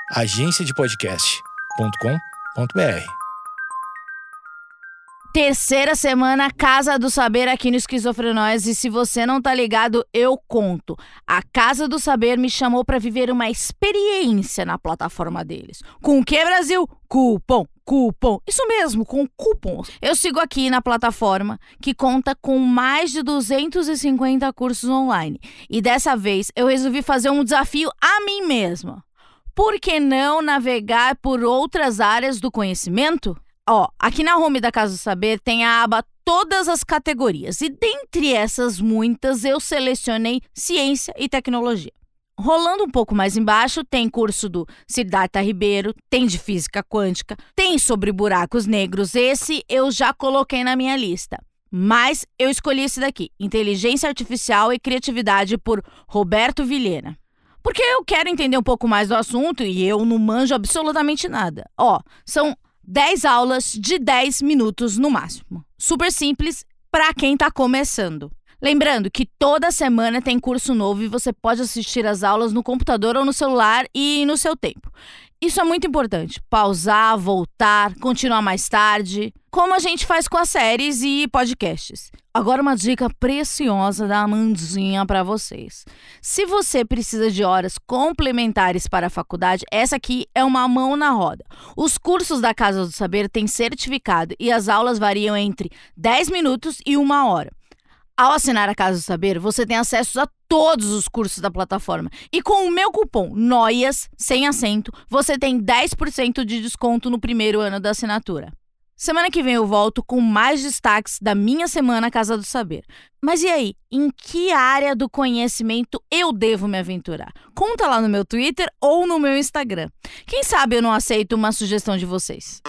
agenciadepodcast.com.br. Terceira semana Casa do Saber aqui no Esquizofrenóis, e se você não tá ligado, eu conto. A Casa do Saber me chamou pra viver uma experiência na plataforma deles. Com o que, Brasil? Cupom. Isso mesmo, com cupons. Eu sigo aqui na plataforma, que conta com mais de 250 cursos online. E dessa vez eu resolvi fazer um desafio a mim mesma. Por que não navegar por outras áreas do conhecimento? Aqui na home da Casa do Saber tem a aba Todas as Categorias, e dentre essas muitas eu selecionei Ciência e Tecnologia. Rolando um pouco mais embaixo, tem curso do Siddhartha Ribeiro, tem de Física Quântica, tem sobre buracos negros, esse eu já coloquei na minha lista. Mas eu escolhi esse daqui, Inteligência Artificial e Criatividade, por Roberto Vilhena. Porque eu quero entender um pouco mais do assunto e eu não manjo absolutamente nada. São 10 aulas de 10 minutos no máximo. Super simples para quem está começando. Lembrando que toda semana tem curso novo e você pode assistir as aulas no computador ou no celular e no seu tempo. Isso é muito importante. Pausar, voltar, continuar mais tarde, como a gente faz com as séries e podcasts. Agora uma dica preciosa da Amandinha para vocês. Se você precisa de horas complementares para a faculdade, essa aqui é uma mão na roda. Os cursos da Casa do Saber têm certificado e as aulas variam entre 10 minutos e 1 hora. Ao assinar a Casa do Saber, você tem acesso a todos os cursos da plataforma. E com o meu cupom NOIAS, sem acento, você tem 10% de desconto no primeiro ano da assinatura. Semana que vem eu volto com mais destaques da minha semana Casa do Saber. Mas e aí, em que área do conhecimento eu devo me aventurar? Conta lá no meu Twitter ou no meu Instagram. Quem sabe eu não aceito uma sugestão de vocês.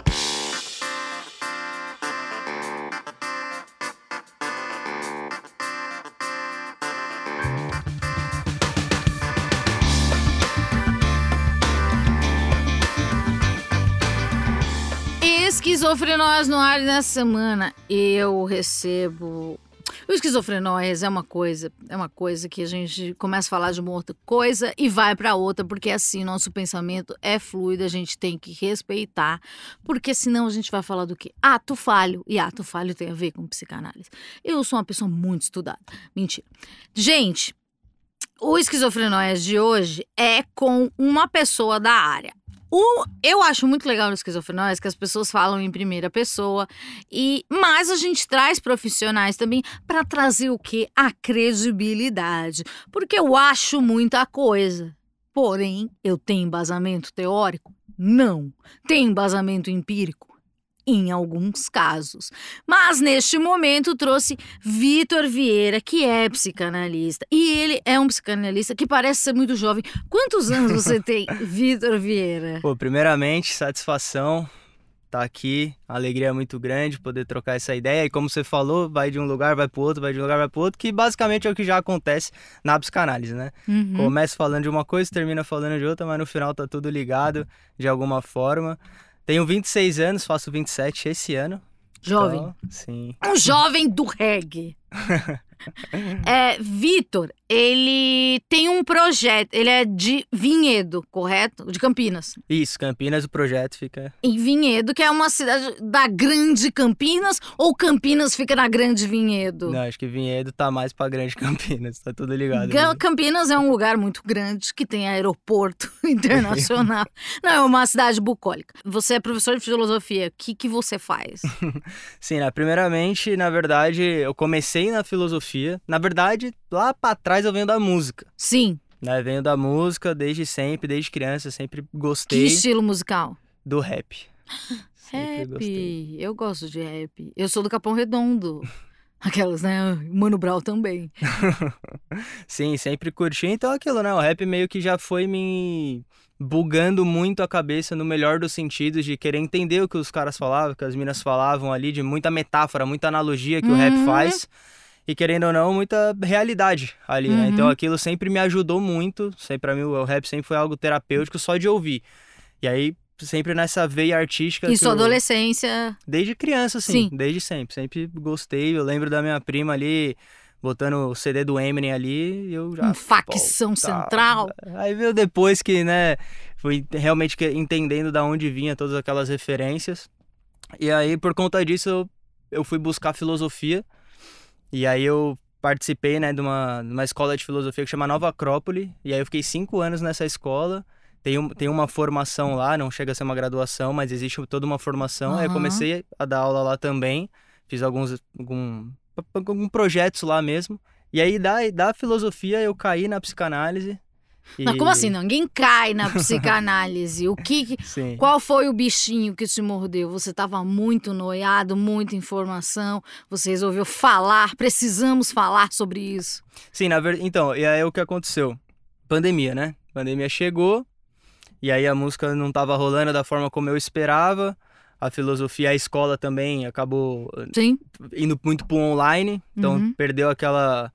Esquizofrenóis no ar nessa semana. Eu recebo... O Esquizofrenóis é uma coisa que a gente começa a falar de uma outra coisa e vai para outra, porque assim, nosso pensamento é fluido, a gente tem que respeitar, porque senão a gente vai falar do quê? Ato falho, e ato falho tem a ver com psicanálise. Eu sou uma pessoa muito estudada. Mentira. Gente, o Esquizofrenóis de hoje é com uma pessoa da área. Eu acho muito legal no Esquizofrenóis que as pessoas falam em primeira pessoa, mas a gente traz profissionais também para trazer o quê? A credibilidade. Porque eu acho muita coisa. Porém, eu tenho embasamento teórico? Não. Tem embasamento empírico? Em alguns casos. Mas neste momento trouxe Vitor Vieira, que é psicanalista. E ele é um psicanalista que parece ser muito jovem. Quantos anos você tem, Vitor Vieira? Primeiramente, satisfação estar aqui. A alegria é muito grande poder trocar essa ideia. E como você falou, vai de um lugar, vai pro outro, vai de um lugar, vai pro outro, que basicamente é o que já acontece na psicanálise, né? Começa falando de uma coisa, termina falando de outra, mas no final tá tudo ligado de alguma forma. Tenho 26 anos, faço 27 esse ano. Jovem. Então, sim. Um jovem do reggae. Vitor, ele tem um projeto, ele é de Vinhedo, correto? De Campinas. Isso, Campinas, o projeto fica... Em Vinhedo, que é uma cidade da Grande Campinas, ou Campinas fica na Grande Vinhedo? Não, acho que Vinhedo tá mais pra Grande Campinas, tá tudo ligado. Campinas é um lugar muito grande, que tem aeroporto internacional. Não, é uma cidade bucólica. Você é professor de filosofia, o que você faz? Sim, primeiramente, na verdade, eu comecei na filosofia. Na verdade, lá pra trás eu venho da música. Sim. Venho da música desde sempre, desde criança, sempre gostei. Que estilo musical? Do rap. Rap, gostei. Eu gosto de rap. Eu sou do Capão Redondo. Aquelas, né? Mano Brown também. Sim, sempre curti. Então aquilo, né? O rap meio que já foi me bugando muito a cabeça no melhor dos sentidos, de querer entender o que os caras falavam, que as minas falavam ali, de muita metáfora, muita analogia que o rap faz. E querendo ou não, muita realidade ali, né? Então aquilo sempre me ajudou muito. Pra mim o rap sempre foi algo terapêutico só de ouvir. E aí, sempre nessa veia artística... E sua adolescência? Desde criança, assim. Sim. Desde sempre. Sempre gostei. Eu lembro da minha prima ali botando o CD do Eminem ali, eu já... Facção central. Aí veio depois que, né, fui realmente entendendo da onde vinha todas aquelas referências. E aí, por conta disso, eu fui buscar filosofia. E aí eu participei, né, de uma escola de filosofia que chama Nova Acrópole. E aí eu fiquei 5 anos nessa escola. Tem uma formação lá, não chega a ser uma graduação, mas existe toda uma formação. Aí eu comecei a dar aula lá também. Fiz alguns projetos lá mesmo. E aí, da filosofia, eu caí na psicanálise. Não, como assim? Ninguém cai na psicanálise. Sim. Qual foi o bichinho que te mordeu? Você estava muito noiado, muita informação. Você resolveu falar. Precisamos falar sobre isso. Sim, na verdade. Então, e aí o que aconteceu? Pandemia, né? Pandemia chegou. E aí a música não estava rolando da forma como eu esperava. A filosofia, a escola também acabou indo muito pro online. Então perdeu aquela...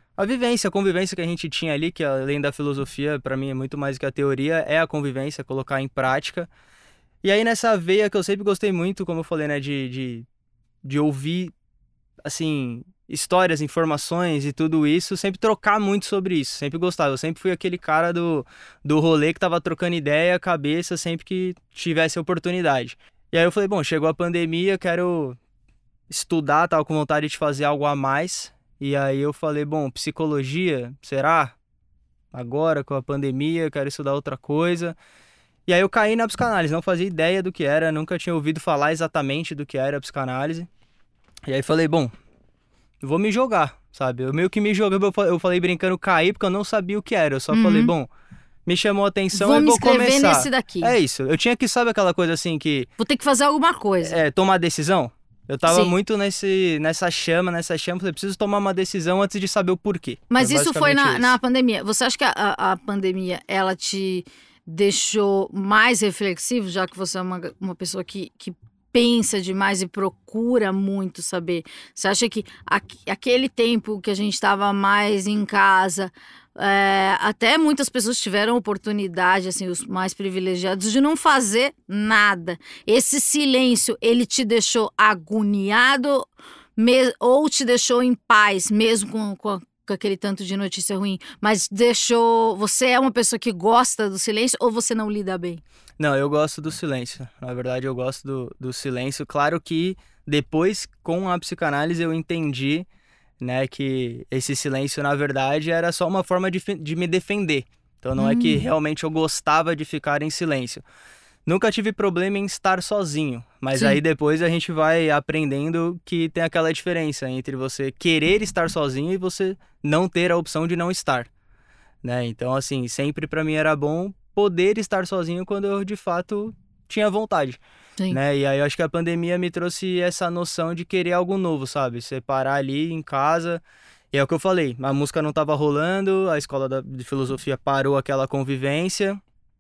a convivência que a gente tinha ali, que além da filosofia, para mim é muito mais do que a teoria, é a convivência, colocar em prática. E aí nessa veia que eu sempre gostei muito, como eu falei, né, de ouvir, assim, histórias, informações e tudo isso, sempre trocar muito sobre isso, sempre gostava. Eu sempre fui aquele cara do rolê que tava trocando ideia, cabeça, sempre que tivesse oportunidade. E aí eu falei, bom, chegou a pandemia, quero estudar, tava com vontade de fazer algo a mais. E aí eu falei, bom, psicologia, será? Agora com a pandemia, quero estudar outra coisa. E aí eu caí na psicanálise, não fazia ideia do que era, nunca tinha ouvido falar exatamente do que era a psicanálise. E aí falei, bom, vou me jogar, sabe? Eu meio que me joguei, eu falei brincando, caí, porque eu não sabia o que era. Eu só falei, bom, me chamou a atenção e vou começar. Vou me inscrever nesse daqui. É isso, eu tinha que, sabe aquela coisa assim que... Vou ter que fazer alguma coisa. Tomar decisão. Eu tava muito nessa chama, falei, preciso tomar uma decisão antes de saber o porquê. Mas isso foi na pandemia. Você acha que a pandemia, ela te deixou mais reflexivo, já que você é uma pessoa que pensa demais e procura muito saber? Você acha que aquele tempo que a gente estava mais em casa... até muitas pessoas tiveram oportunidade, assim, os mais privilegiados, de não fazer nada. Esse silêncio, ele te deixou agoniado ou te deixou em paz, mesmo com aquele tanto de notícia ruim? Mas você é uma pessoa que gosta do silêncio ou você não lida bem? Não, eu gosto do silêncio. Na verdade, eu gosto do silêncio. Claro que depois, com a psicanálise, eu entendi, né, que esse silêncio, na verdade, era só uma forma de me defender. Então não é que realmente eu gostava de ficar em silêncio. Nunca tive problema em estar sozinho, mas aí depois a gente vai aprendendo que tem aquela diferença entre você querer estar sozinho e você não ter a opção de não estar, né? Então, assim, sempre pra mim era bom poder estar sozinho quando eu, de fato, tinha vontade. Né? E aí eu acho que a pandemia me trouxe essa noção de querer algo novo, sabe? Separar ali em casa. E é o que eu falei, a música não tava rolando, a escola de filosofia parou aquela convivência.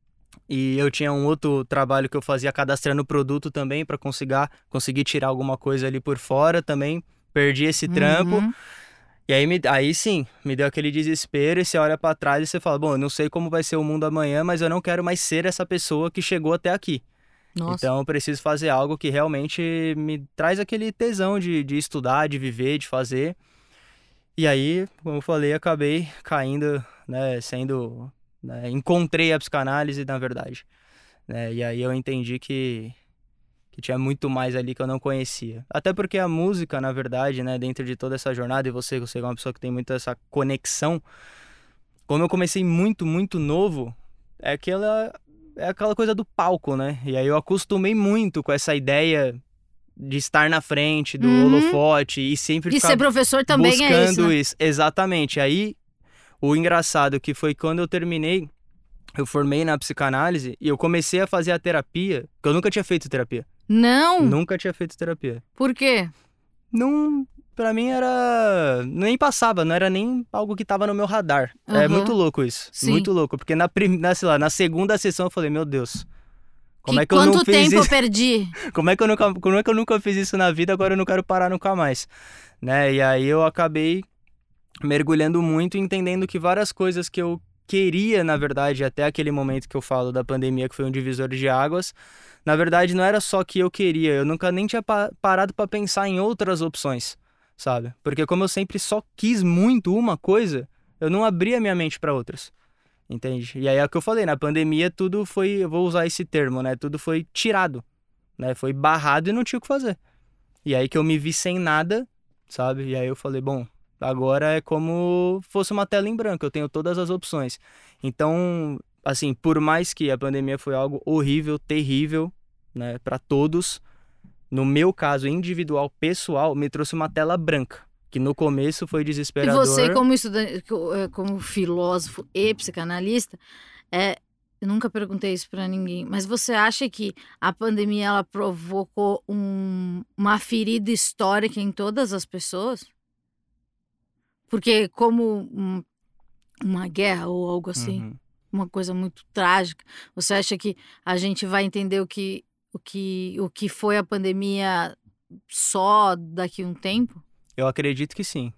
E eu tinha um outro trabalho que eu fazia cadastrando produto também para conseguir tirar alguma coisa ali por fora também. Perdi esse trampo. E aí sim, me deu aquele desespero e você olha para trás e você fala, bom, eu não sei como vai ser o mundo amanhã, mas eu não quero mais ser essa pessoa que chegou até aqui. Nossa. Então eu preciso fazer algo que realmente me traz aquele tesão de estudar, de viver, de fazer. E aí, como eu falei, acabei caindo, né, encontrei a psicanálise, na verdade. Né, e aí eu entendi que tinha muito mais ali que eu não conhecia. Até porque a música, na verdade, né, dentro de toda essa jornada, e você é uma pessoa que tem muito essa conexão, como eu comecei muito, muito novo, é aquela coisa do palco, né? E aí eu acostumei muito com essa ideia de estar na frente do holofote e sempre ficar ser professor também buscando é isso. Exatamente. Aí, o engraçado que foi quando eu terminei, eu formei na psicanálise e eu comecei a fazer a terapia, porque eu nunca tinha feito terapia. Não? Nunca tinha feito terapia. Por quê? Não... Pra mim era... Nem passava, não era nem algo que tava no meu radar. É muito louco isso. Sim. Muito louco. Porque na segunda sessão eu falei, meu Deus, como é que eu quanto não fiz tempo isso? Eu perdi? Como é que eu nunca fiz isso na vida, agora eu não quero parar nunca mais. Né? E aí eu acabei mergulhando muito, entendendo que várias coisas que eu queria, na verdade, até aquele momento que eu falo da pandemia, que foi um divisor de águas, na verdade não era só que eu queria, eu nunca nem tinha parado para pensar em outras opções. sabe? Porque como eu sempre só quis muito uma coisa, eu não abria minha mente para outras, entende? E aí é o que eu falei, na pandemia tudo foi, eu vou usar esse termo, né? Tudo foi tirado, né? Foi barrado e não tinha o que fazer. E aí que eu me vi sem nada, sabe? E aí eu falei, bom, agora é como fosse uma tela em branco, eu tenho todas as opções. Então, assim, por mais que a pandemia foi algo horrível, terrível, né, para todos, no meu caso individual, pessoal, me trouxe uma tela branca, que no começo foi E desesperador. você, como estudante, como filósofo e psicanalista, eu nunca perguntei isso pra ninguém, mas você acha que a pandemia ela provocou uma ferida histórica em todas as pessoas? Porque como uma guerra ou algo assim, Uhum. uma coisa muito trágica, você acha que a gente vai entender o que foi a pandemia só daqui a um tempo? Eu acredito que sim.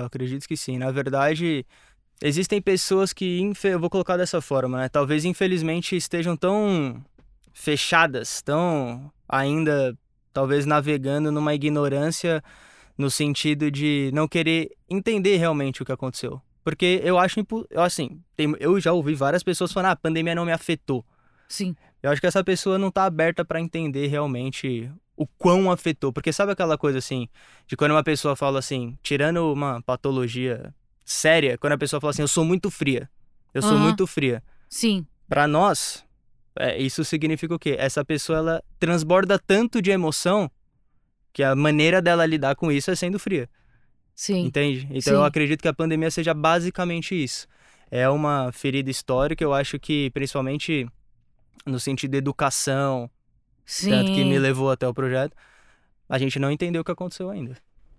Na verdade, existem pessoas que, eu vou colocar dessa forma, né? Talvez, infelizmente, estejam tão fechadas, tão ainda, talvez, navegando numa ignorância no sentido de não querer entender realmente o que aconteceu. Porque eu acho, assim, eu já ouvi várias pessoas falando, a pandemia não me afetou. Sim. Eu acho que essa pessoa não tá aberta pra entender realmente o quão afetou. Porque sabe aquela coisa assim, de quando uma pessoa fala assim, tirando uma patologia séria, quando a pessoa fala assim, eu sou muito fria. Eu sou Aham. muito fria. Sim. Pra nós, isso significa o quê? Essa pessoa, ela transborda tanto de emoção que a maneira dela lidar com isso é sendo fria. Sim. Entende? Então eu Sim. acredito que a pandemia seja basicamente isso. É uma ferida histórica, eu acho que principalmente no sentido de educação, tanto que me Sim. levou até o projeto, a gente não entendeu o que aconteceu ainda.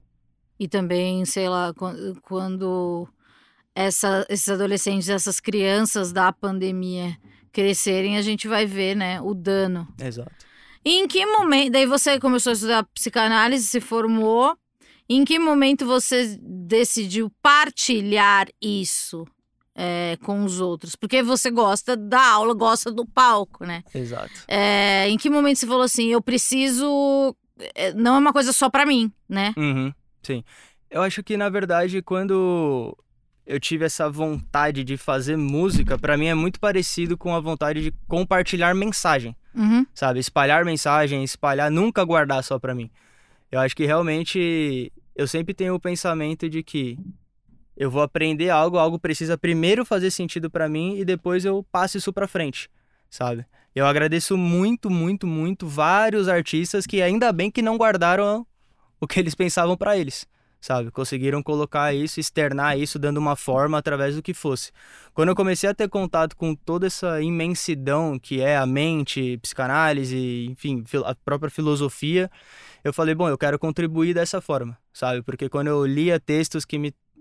E também, sei lá, quando esses adolescentes, essas crianças da pandemia crescerem, a gente vai ver, né, o dano. Exato. E em que momento, daí você começou a estudar psicanálise, se formou, em que momento você decidiu partilhar isso com os outros? Porque você gosta da aula, gosta do palco, né? Exato. Em que momento você falou assim, eu preciso, não é uma coisa só pra mim, né? Uhum, sim. Eu acho que, na verdade, quando eu tive essa vontade de fazer música, pra mim é muito parecido com a vontade de compartilhar mensagem, Uhum. sabe? Espalhar mensagem, nunca guardar só pra mim. Eu acho que realmente eu sempre tenho o pensamento de que eu vou aprender algo precisa primeiro fazer sentido pra mim e depois eu passo isso pra frente, sabe? Eu agradeço muito, muito, muito vários artistas que ainda bem que não guardaram o que eles pensavam pra eles, sabe? Conseguiram colocar isso, externar isso, dando uma forma através do que fosse. Quando eu comecei a ter contato com toda essa imensidão que é a mente, psicanálise, enfim, a própria filosofia, eu falei, bom, eu quero contribuir dessa forma, sabe? Porque quando eu lia textos que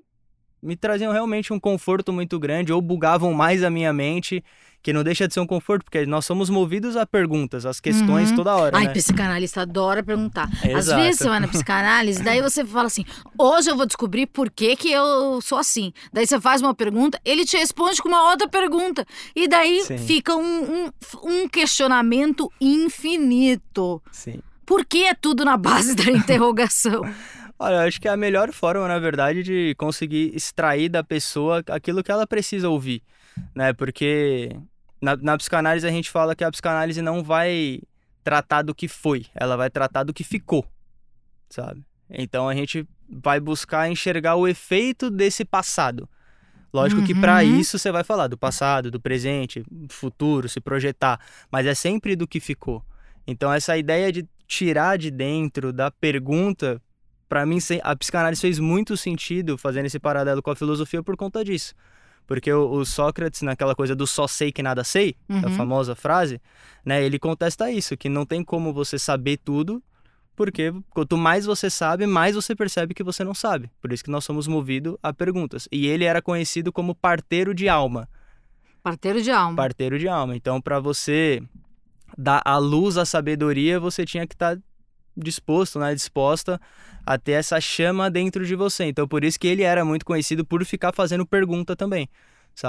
me traziam realmente um conforto muito grande ou bugavam mais a minha mente, que não deixa de ser um conforto, porque nós somos movidos a perguntas, às questões Uhum. toda hora, Ai, né? psicanalista adora perguntar. Às Exato. vezes você vai na psicanálise, daí você fala assim, hoje eu vou descobrir por que eu sou assim. Daí você faz uma pergunta, ele te responde com uma outra pergunta. E daí Sim. fica um questionamento infinito. Sim. Por que é tudo na base da interrogação? Olha, eu acho que é a melhor forma, na verdade, de conseguir extrair da pessoa aquilo que ela precisa ouvir, né? Porque na psicanálise a gente fala que a psicanálise não vai tratar do que foi, ela vai tratar do que ficou, sabe? Então a gente vai buscar enxergar o efeito desse passado. Lógico que para isso você vai falar do passado, do presente, do futuro, se projetar, mas é sempre do que ficou. Então essa ideia de tirar de dentro da pergunta, para mim a psicanálise fez muito sentido fazendo esse paralelo com a filosofia por conta disso. Porque o Sócrates, naquela coisa do só sei que nada sei, a famosa frase, né, ele contesta isso, que não tem como você saber tudo, porque quanto mais você sabe, mais você percebe que você não sabe. Por isso que nós somos movidos a perguntas. E ele era conhecido como parteiro de alma. Parteiro de alma. Parteiro de alma. Então, para você dar à luz à sabedoria, você tinha que estar disposto, né, disposta a ter essa chama dentro de você. Então, por isso que ele era muito conhecido por ficar fazendo pergunta também, sabe?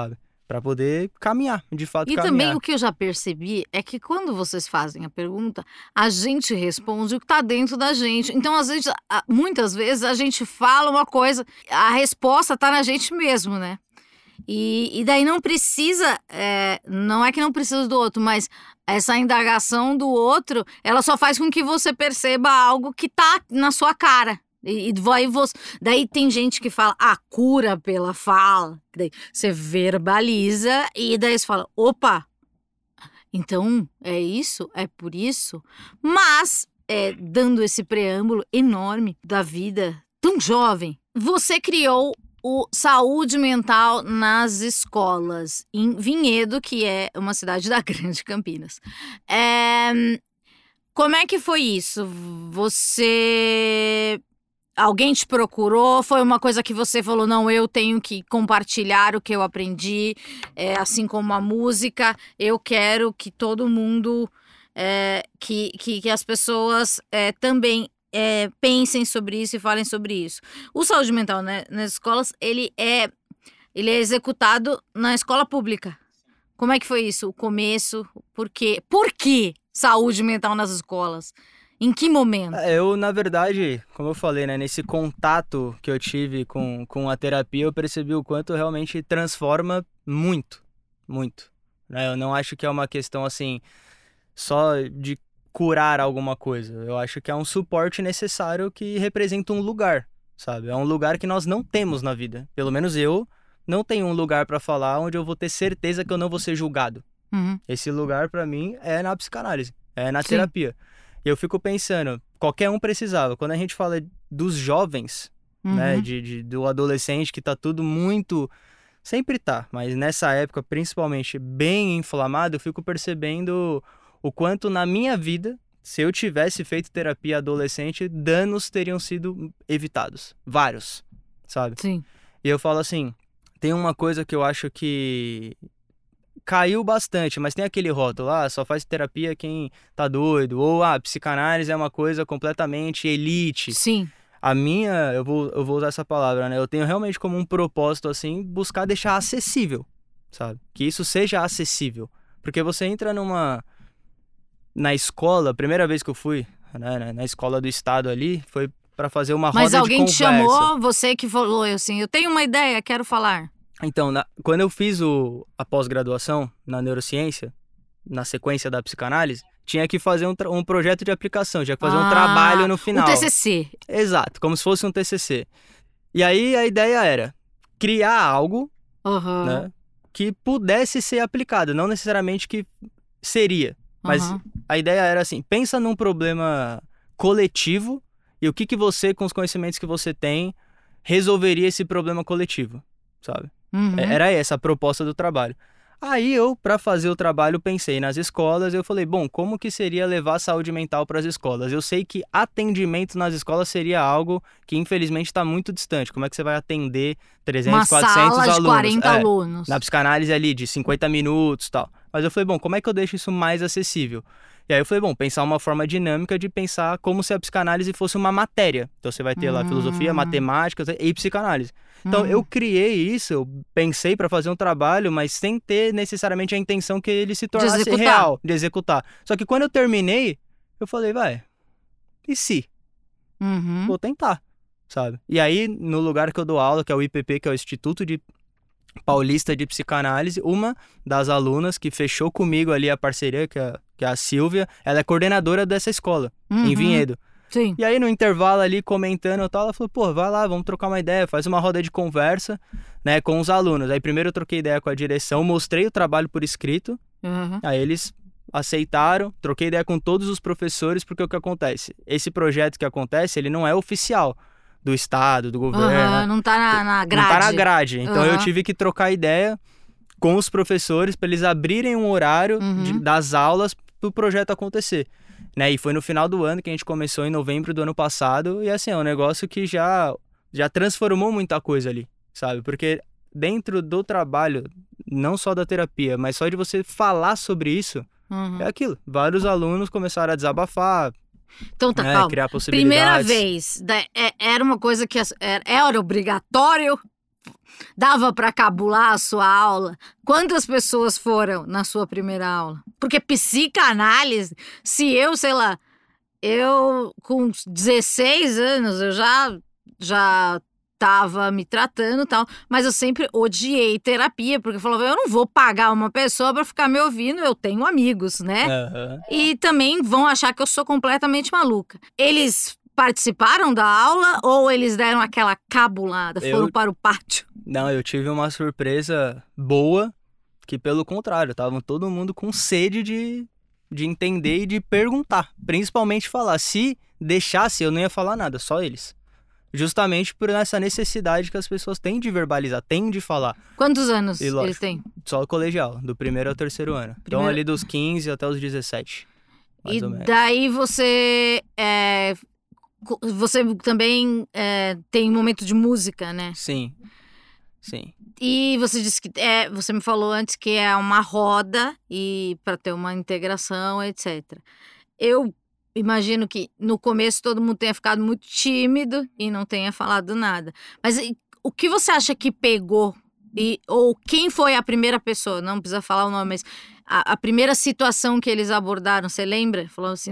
Pra poder caminhar, de fato E caminhar. também o que eu já percebi é que quando vocês fazem a pergunta, a gente responde o que tá dentro da gente. Então, às vezes, muitas vezes, a gente fala uma coisa, a resposta tá na gente mesmo, né? E daí não precisa, não é que não precisa do outro, mas essa indagação do outro, ela só faz com que você perceba algo que tá na sua cara. Daí tem gente que fala a cura pela fala, daí você verbaliza e daí você fala, opa, então é isso, é por isso, mas dando esse preâmbulo enorme da vida tão jovem, você criou o Saúde Mental nas Escolas, em Vinhedo, que é uma cidade da Grande Campinas. Como é que foi isso? Alguém te procurou? Foi uma coisa que você falou, não, eu tenho que compartilhar o que eu aprendi, assim como a música, eu quero que todo mundo, que as pessoas também pensem sobre isso e falem sobre isso. O saúde mental, né, nas escolas, ele é executado na escola pública. Como é que foi isso? O começo? Por quê? Por que saúde mental nas escolas? Em que momento? Eu, na verdade, como eu falei, né, nesse contato que eu tive com a terapia, eu percebi o quanto realmente transforma muito, muito. Né? Eu não acho que é uma questão, assim, só de curar alguma coisa. Eu acho que é um suporte necessário que representa um lugar, sabe? É um lugar que nós não temos na vida. Pelo menos eu não tenho um lugar pra falar onde eu vou ter certeza que eu não vou ser julgado. Uhum. Esse lugar, pra mim, é na psicanálise, é na Sim. terapia. E eu fico pensando, qualquer um precisava. Quando a gente fala dos jovens, né, do adolescente, que tá tudo muito... Sempre tá, mas nessa época, principalmente, bem inflamado, eu fico percebendo o quanto na minha vida, se eu tivesse feito terapia adolescente, danos teriam sido evitados. Vários, sabe? Sim. E eu falo assim, tem uma coisa que eu acho que... caiu bastante, mas tem aquele rótulo, só faz terapia quem tá doido, ou psicanálise é uma coisa completamente elite. Sim. A minha, eu vou usar essa palavra, né? Eu tenho realmente como um propósito, assim, buscar deixar acessível, sabe? Que isso seja acessível. Porque você entra na escola, a primeira vez que eu fui, né, na escola do estado ali, foi pra fazer uma roda de conversa. Mas alguém te chamou, você que falou assim, eu tenho uma ideia, quero falar. Então, quando eu fiz a pós-graduação na neurociência, na sequência da psicanálise, tinha que fazer um projeto de aplicação, tinha que fazer um trabalho no final. Um TCC. Exato, como se fosse um TCC. E aí a ideia era criar algo, né, que pudesse ser aplicado, não necessariamente que seria. Mas a ideia era assim, pensa num problema coletivo e o que você, com os conhecimentos que você tem, resolveria esse problema coletivo, sabe? Era essa a proposta do trabalho. Aí eu, para fazer o trabalho, pensei nas escolas, eu falei, bom, como que seria levar a saúde mental para as escolas? Eu sei que atendimento nas escolas seria algo que infelizmente está muito distante. Como é que você vai atender 300, 400 alunos? Uma sala de 40 alunos? alunos. Na psicanálise ali, de 50 minutos e tal. Mas eu falei, bom, como é que eu deixo isso mais acessível? E aí eu falei, bom, pensar uma forma dinâmica de pensar como se a psicanálise fosse uma matéria. Então você vai ter lá filosofia, matemática e psicanálise. Então eu criei isso, eu pensei para fazer um trabalho, mas sem ter necessariamente a intenção que ele se tornasse real, de executar. Só que quando eu terminei, eu falei, e se? Vou tentar, sabe? E aí, no lugar que eu dou aula, que é o IPP, que é o Instituto Paulista de Psicanálise, uma das alunas que fechou comigo ali a parceria, que é a Silvia, ela é coordenadora dessa escola, em Vinhedo. Sim. E aí, no intervalo ali, comentando e tal, ela falou, pô, vai lá, vamos trocar uma ideia, faz uma roda de conversa, né, com os alunos. Aí, primeiro eu troquei ideia com a direção, mostrei o trabalho por escrito, aí eles aceitaram, troquei ideia com todos os professores, porque o que acontece? Esse projeto que acontece, ele não é oficial do estado, do governo. Não tá na grade. Não tá na grade. Então, eu tive que trocar ideia com os professores para eles abrirem um horário das aulas para o projeto acontecer. Né? E foi no final do ano que a gente começou, em novembro do ano passado, e assim, é um negócio que já transformou muita coisa ali, sabe? Porque dentro do trabalho, não só da terapia, mas só de você falar sobre isso, é aquilo. Vários alunos começaram a desabafar, então tá, calma. Criar possibilidades. Primeira vez, era uma coisa que era obrigatório dava pra cabular a sua aula? Quantas pessoas foram na sua primeira aula? Porque psicanálise, se eu, sei lá, eu com 16 anos, eu já tava me tratando e tal, mas eu sempre odiei terapia, porque eu falava, eu não vou pagar uma pessoa pra ficar me ouvindo, eu tenho amigos, né? Aham. E também vão achar que eu sou completamente maluca. Eles participaram da aula ou eles deram aquela cabulada, foram para o pátio? Não, eu tive uma surpresa boa, que pelo contrário, estavam todo mundo com sede de entender e de perguntar. Principalmente falar. Se deixasse, eu não ia falar nada, só eles. Justamente por essa necessidade que as pessoas têm de verbalizar, têm de falar. Quantos anos E lógico, eles têm? Só o colegial, do 1º ao 3º ano. Então ali dos 15 até os 17, mais E ou menos. daí você também tem um momento de música, né? Sim, sim. E você disse que você me falou antes que é uma roda e para ter uma integração, etc. Eu imagino que no começo todo mundo tenha ficado muito tímido e não tenha falado nada. Mas o que você acha que pegou? Ou quem foi a primeira pessoa? Não precisa falar o nome, mas a primeira situação que eles abordaram, você lembra? Falou assim,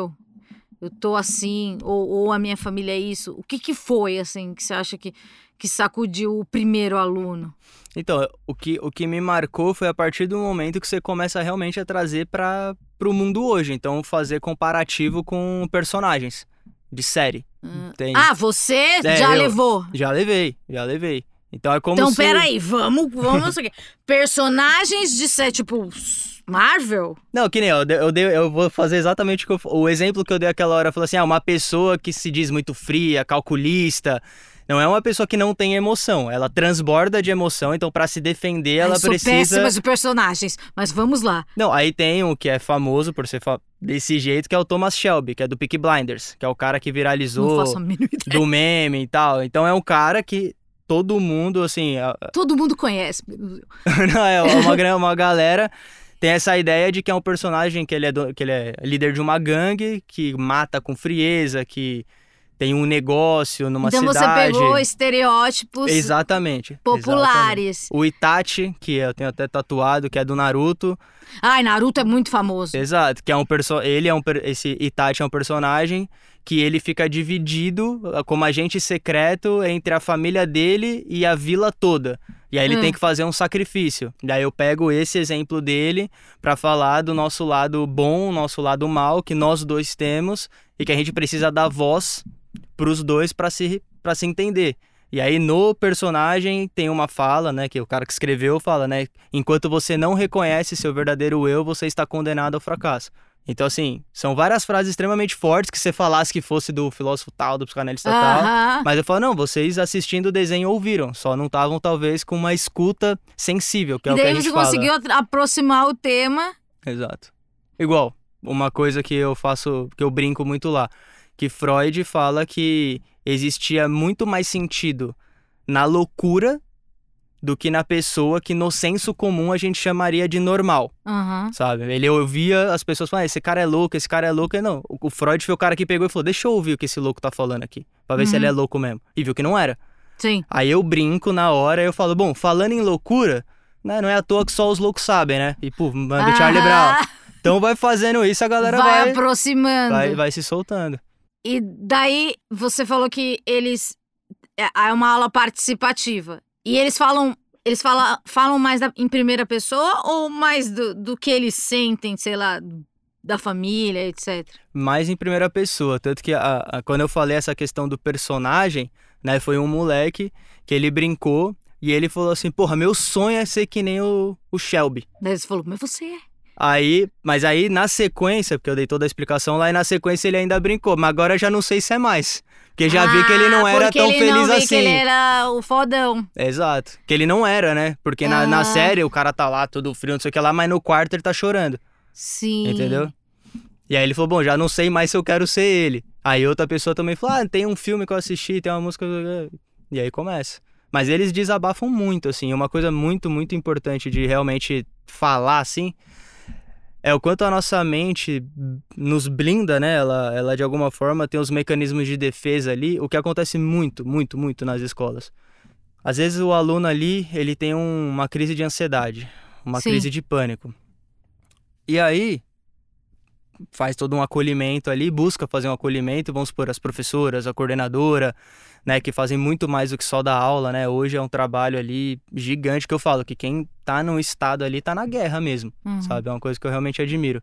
eu tô assim, ou a minha família é isso. O que foi, assim, que você acha que sacudiu o primeiro aluno? Então, o que me marcou foi a partir do momento que você começa realmente a trazer para o mundo hoje. Então, fazer comparativo com personagens de série. Tem... Ah, você já levou? Já levei. Então, é como Então, se... peraí, vamos aqui. Personagens de série, tipo, Marvel? Não, que nem eu vou fazer exatamente o exemplo que eu dei aquela hora. Eu falei assim, uma pessoa que se diz muito fria, calculista... Não é uma pessoa que não tem emoção, ela transborda de emoção, então pra se defender ela precisa... Sou péssima de personagens, mas vamos lá. Não, aí tem o que é famoso por ser desse jeito, que é o Thomas Shelby, que é do Peaky Blinders, que é o cara que viralizou Não faço a mínima ideia. do meme e tal. Então é um cara que todo mundo, assim... Todo mundo conhece. Não, é uma galera... Tem essa ideia de que é um personagem que ele é líder de uma gangue, que mata com frieza, que... Tem um negócio numa cidade. Então você pegou estereótipos exatamente, populares. Exatamente. O Itachi, que eu tenho até tatuado, que é do Naruto. Ai, Naruto é muito famoso. Exato, que é esse Itachi é um personagem que ele fica dividido como agente secreto entre a família dele e a vila toda. E aí ele tem que fazer um sacrifício. Daí eu pego esse exemplo dele pra falar do nosso lado bom, nosso lado mal, que nós dois temos e que a gente precisa dar voz pros dois pra se entender. E aí no personagem tem uma fala, né, que o cara que escreveu fala, né, enquanto você não reconhece seu verdadeiro eu, você está condenado ao fracasso. Então, assim, são várias frases extremamente fortes que você falasse que fosse do filósofo tal, do psicanalista tal, mas eu falo, não, vocês assistindo o desenho ouviram, só não estavam talvez com uma escuta sensível, que é o que a gente fala. E daí você conseguiu aproximar o tema. Exato. Igual, uma coisa que eu faço, que eu brinco muito lá, que Freud fala que existia muito mais sentido na loucura do que na pessoa que no senso comum a gente chamaria de normal, sabe? Ele ouvia as pessoas falando, esse cara é louco, e não. O Freud foi o cara que pegou e falou, deixa eu ouvir o que esse louco tá falando aqui, pra ver se ele é louco mesmo. E viu que não era. Sim. Aí eu brinco na hora, eu falo, bom, falando em loucura, né, não é à toa que só os loucos sabem, né? E, pô, manda o Charlie Brown. Então vai fazendo isso, a galera vai aproximando. Vai se soltando. E daí você falou que é uma aula participativa. E eles falam mais em primeira pessoa ou mais do que eles sentem, sei lá, da família, etc? Mais em primeira pessoa, tanto que quando eu falei essa questão do personagem, né, foi um moleque que ele brincou e ele falou assim, porra, meu sonho é ser que nem o Shelby. Daí você falou, mas você é. Mas aí na sequência, porque eu dei toda a explicação lá, e na sequência ele ainda brincou, mas agora eu já não sei se é mais. Porque já vi que ele não era tão feliz assim. Que ele era o fodão. Exato. Que ele não era, né? Porque na série o cara tá lá todo frio, não sei o que lá, mas no quarto ele tá chorando. Sim. Entendeu? E aí ele falou, bom, já não sei mais se eu quero ser ele. Aí outra pessoa também falou, tem um filme que eu assisti, tem uma música... E aí começa. Mas eles desabafam muito, assim. Uma coisa muito, muito importante de realmente falar, assim... É o quanto a nossa mente nos blinda, né? Ela de alguma forma tem os mecanismos de defesa ali, o que acontece muito, muito, muito nas escolas. Às vezes o aluno ali, ele tem uma crise de ansiedade, uma Sim. crise de pânico. E aí, faz todo um acolhimento ali, busca fazer um acolhimento, vamos supor, as professoras, a coordenadora, né, que fazem muito mais do que só dar aula, né? Hoje é um trabalho ali gigante que eu falo, que quem tá num estado ali tá na guerra mesmo, sabe? É uma coisa que eu realmente admiro.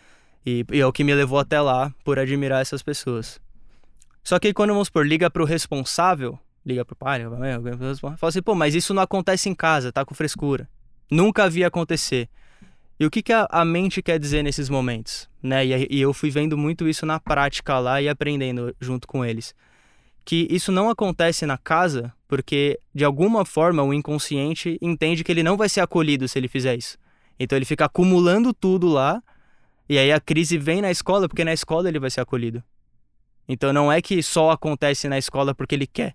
E é o que me levou até lá, por admirar essas pessoas. Só que aí quando, vamos supor, liga pro responsável, liga pro pai, fala assim, pô, mas isso não acontece em casa, tá com frescura. Nunca vi acontecer. E o que a mente quer dizer nesses momentos, né? E eu fui vendo muito isso na prática lá e aprendendo junto com eles. Que isso não acontece na casa porque, de alguma forma, o inconsciente entende que ele não vai ser acolhido se ele fizer isso. Então ele fica acumulando tudo lá, e aí a crise vem na escola porque na escola ele vai ser acolhido. Então não é que só acontece na escola porque ele quer.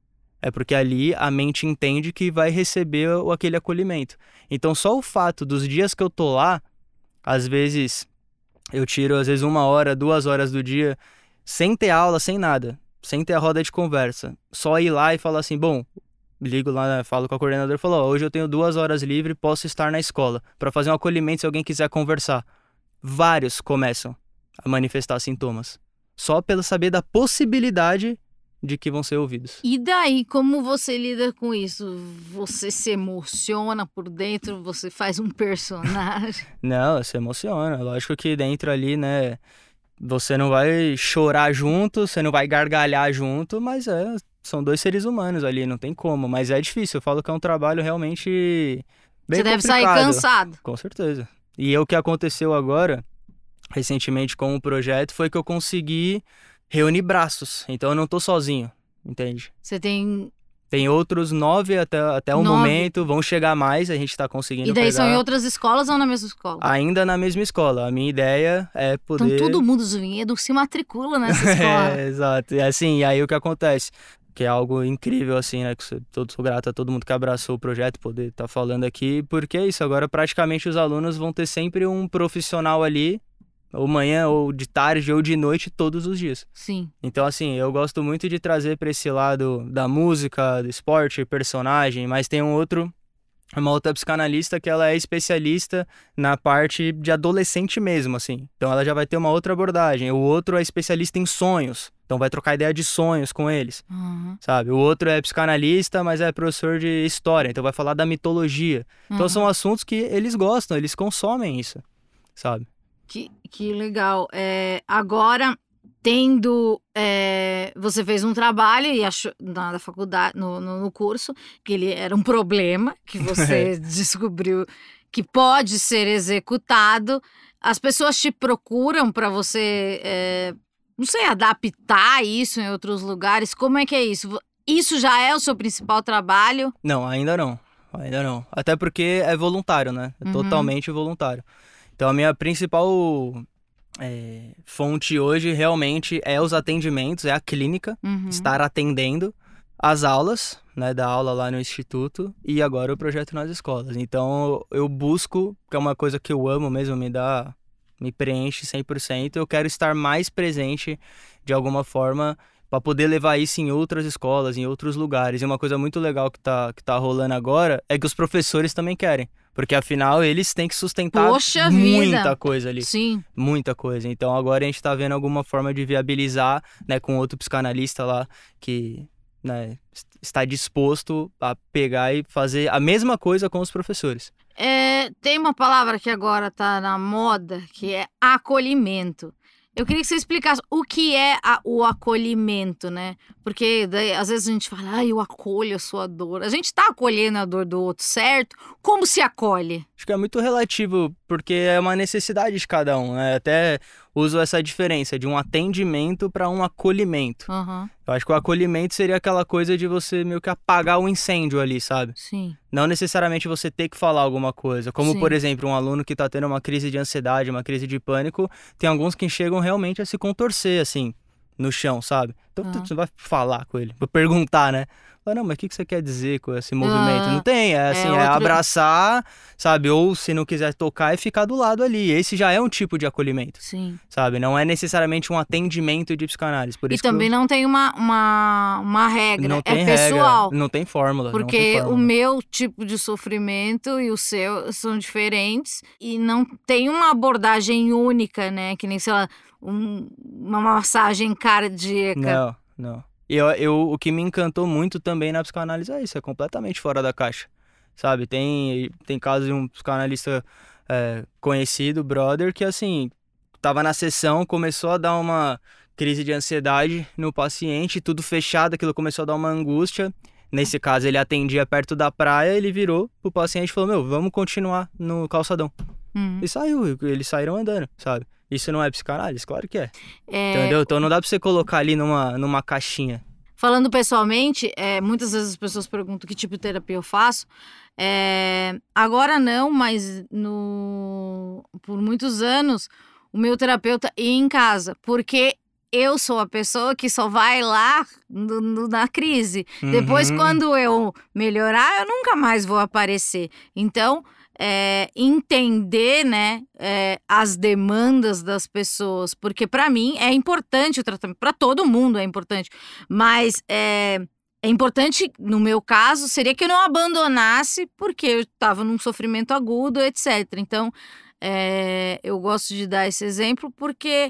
É porque ali a mente entende que vai receber aquele acolhimento. Então só o fato dos dias que eu tô lá, às vezes eu tiro 1 hora, 2 horas do dia, sem ter aula, sem nada, sem ter a roda de conversa. Só ir lá e falar assim, bom, ligo lá, falo com a coordenadora e falo, hoje eu tenho 2 horas livre, posso estar na escola, para fazer um acolhimento se alguém quiser conversar. Vários começam a manifestar sintomas. Só pelo saber da possibilidade de que vão ser ouvidos. E daí, como você lida com isso? Você se emociona por dentro? Você faz um personagem? Não, se emociona. Lógico que dentro ali, né, você não vai chorar junto, você não vai gargalhar junto, mas são 2 seres humanos ali, não tem como. Mas é difícil, eu falo que é um trabalho realmente bem Você deve sair complicado. cansado. Com certeza. E o que aconteceu agora, recentemente com o projeto, foi que eu consegui reunir braços. Então eu não tô sozinho, entende? Você tem... Tem outros 9 até o 9? momento, vão chegar mais, a gente tá conseguindo E daí pegar. são em outras escolas ou na mesma escola? Ainda na mesma escola. A minha ideia é poder... Então todo mundo dos vinhedos se matricula nessa escola. Exato. E assim, e aí o que acontece? Que é algo incrível, assim, né? Que sou grato a todo mundo que abraçou o projeto, poder estar falando aqui, porque é isso, agora praticamente os alunos vão ter sempre um profissional ali, ou manhã, ou de tarde, ou de noite, todos os dias. Sim. Então, assim, eu gosto muito de trazer para esse lado da música, do esporte, personagem, mas tem uma outra psicanalista que ela é especialista na parte de adolescente mesmo, assim. Então ela já vai ter uma outra abordagem. O outro é especialista em sonhos, então vai trocar ideia de sonhos com eles, sabe? O outro é psicanalista, mas é professor de história, então vai falar da mitologia. Então são assuntos que eles gostam, eles consomem isso, sabe? Que legal. Agora, você fez um trabalho e achou, na faculdade, no curso, que ele era um problema, que você descobriu que pode ser executado. As pessoas te procuram para você, não sei, adaptar isso em outros lugares. Como é que é isso? Isso já é o seu principal trabalho? Não, ainda não. Ainda não. Até porque é voluntário, né? É totalmente voluntário. Então a minha principal fonte hoje realmente é os atendimentos, é a clínica, estar atendendo as aulas, né, da aula lá no instituto e agora o projeto nas escolas. Então eu busco, que é uma coisa que eu amo mesmo, me preenche 100%, eu quero estar mais presente de alguma forma para poder levar isso em outras escolas, em outros lugares. E uma coisa muito legal que tá rolando agora é que os professores também querem. Porque afinal eles têm que sustentar muita coisa ali. Sim. Muita coisa. Então agora a gente tá vendo alguma forma de viabilizar, né, com outro psicanalista lá que, né, está disposto a pegar e fazer a mesma coisa com os professores. Tem uma palavra que agora tá na moda, que é acolhimento. Eu queria que você explicasse o que é o acolhimento, né? Porque daí, às vezes a gente fala, eu acolho a sua dor. A gente tá acolhendo a dor do outro, certo? Como se acolhe? Acho que é muito relativo, porque é uma necessidade de cada um, né? Até uso essa diferença de um atendimento para um acolhimento. Eu acho que o acolhimento seria aquela coisa de você meio que apagar o incêndio ali, sabe? Sim. Não necessariamente você ter que falar alguma coisa. Como, por exemplo, um aluno que tá tendo uma crise de ansiedade, uma crise de pânico, tem alguns que chegam realmente a se contorcer, assim, no chão, sabe? Então você vai falar com ele, vai perguntar, né? Fala, não, mas o que você quer dizer com esse movimento? Não tem, é outro- abraçar, sabe? Ou se não quiser tocar, é ficar do lado ali. Esse já é um tipo de acolhimento, Sim. sabe? Não é necessariamente um atendimento de psicanálise. Por E isso que também não tem uma regra, não tem é regra, pessoal. não tem fórmula. não tem Porque fórmula. o meu tipo de sofrimento e o seu são diferentes e não tem uma abordagem única, né? Que nem, sei lá, uma massagem cardíaca. Não. E o que me encantou muito também na psicanálise é isso, é completamente fora da caixa, sabe? Tem casos de um psicanalista conhecido, brother, que assim, tava na sessão, começou a dar uma crise de ansiedade no paciente, tudo fechado, aquilo começou a dar uma angústia. Nesse caso, ele atendia perto da praia, ele virou pro paciente e falou, meu, vamos continuar no calçadão. E saiu, eles saíram andando, sabe? Isso não é psicanálise? Claro que é. Entendeu? Então não dá pra você colocar ali numa caixinha. Falando pessoalmente, muitas vezes as pessoas perguntam que tipo de terapia eu faço. Agora não, mas por muitos anos o meu terapeuta ia em casa, porque eu sou a pessoa que só vai lá na crise. Depois, quando eu melhorar, eu nunca mais vou aparecer. Então, entender, né, as demandas das pessoas, porque para mim é importante o tratamento, para todo mundo é importante, mas é importante, no meu caso, seria que eu não abandonasse porque eu estava num sofrimento agudo, etc. Então, eu gosto de dar esse exemplo porque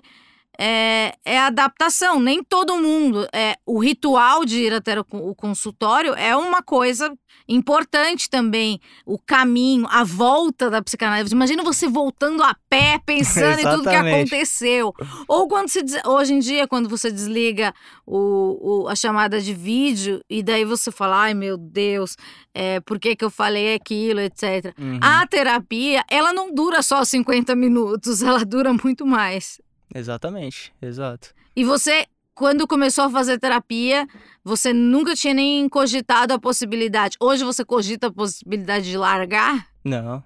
é adaptação, nem todo mundo. O ritual de ir até o consultório é uma coisa importante também, o caminho, a volta da psicanálise. Imagina você voltando a pé, pensando em tudo que Exatamente. aconteceu. Ou quando hoje em dia, quando você desliga a chamada de vídeo e daí você fala, ai meu Deus, por que eu falei aquilo, etc. A terapia, ela não dura só 50 minutos, ela dura muito mais. Exatamente, exato. E você, quando começou a fazer terapia, você nunca tinha nem cogitado a possibilidade. Hoje você cogita a possibilidade de largar? Não.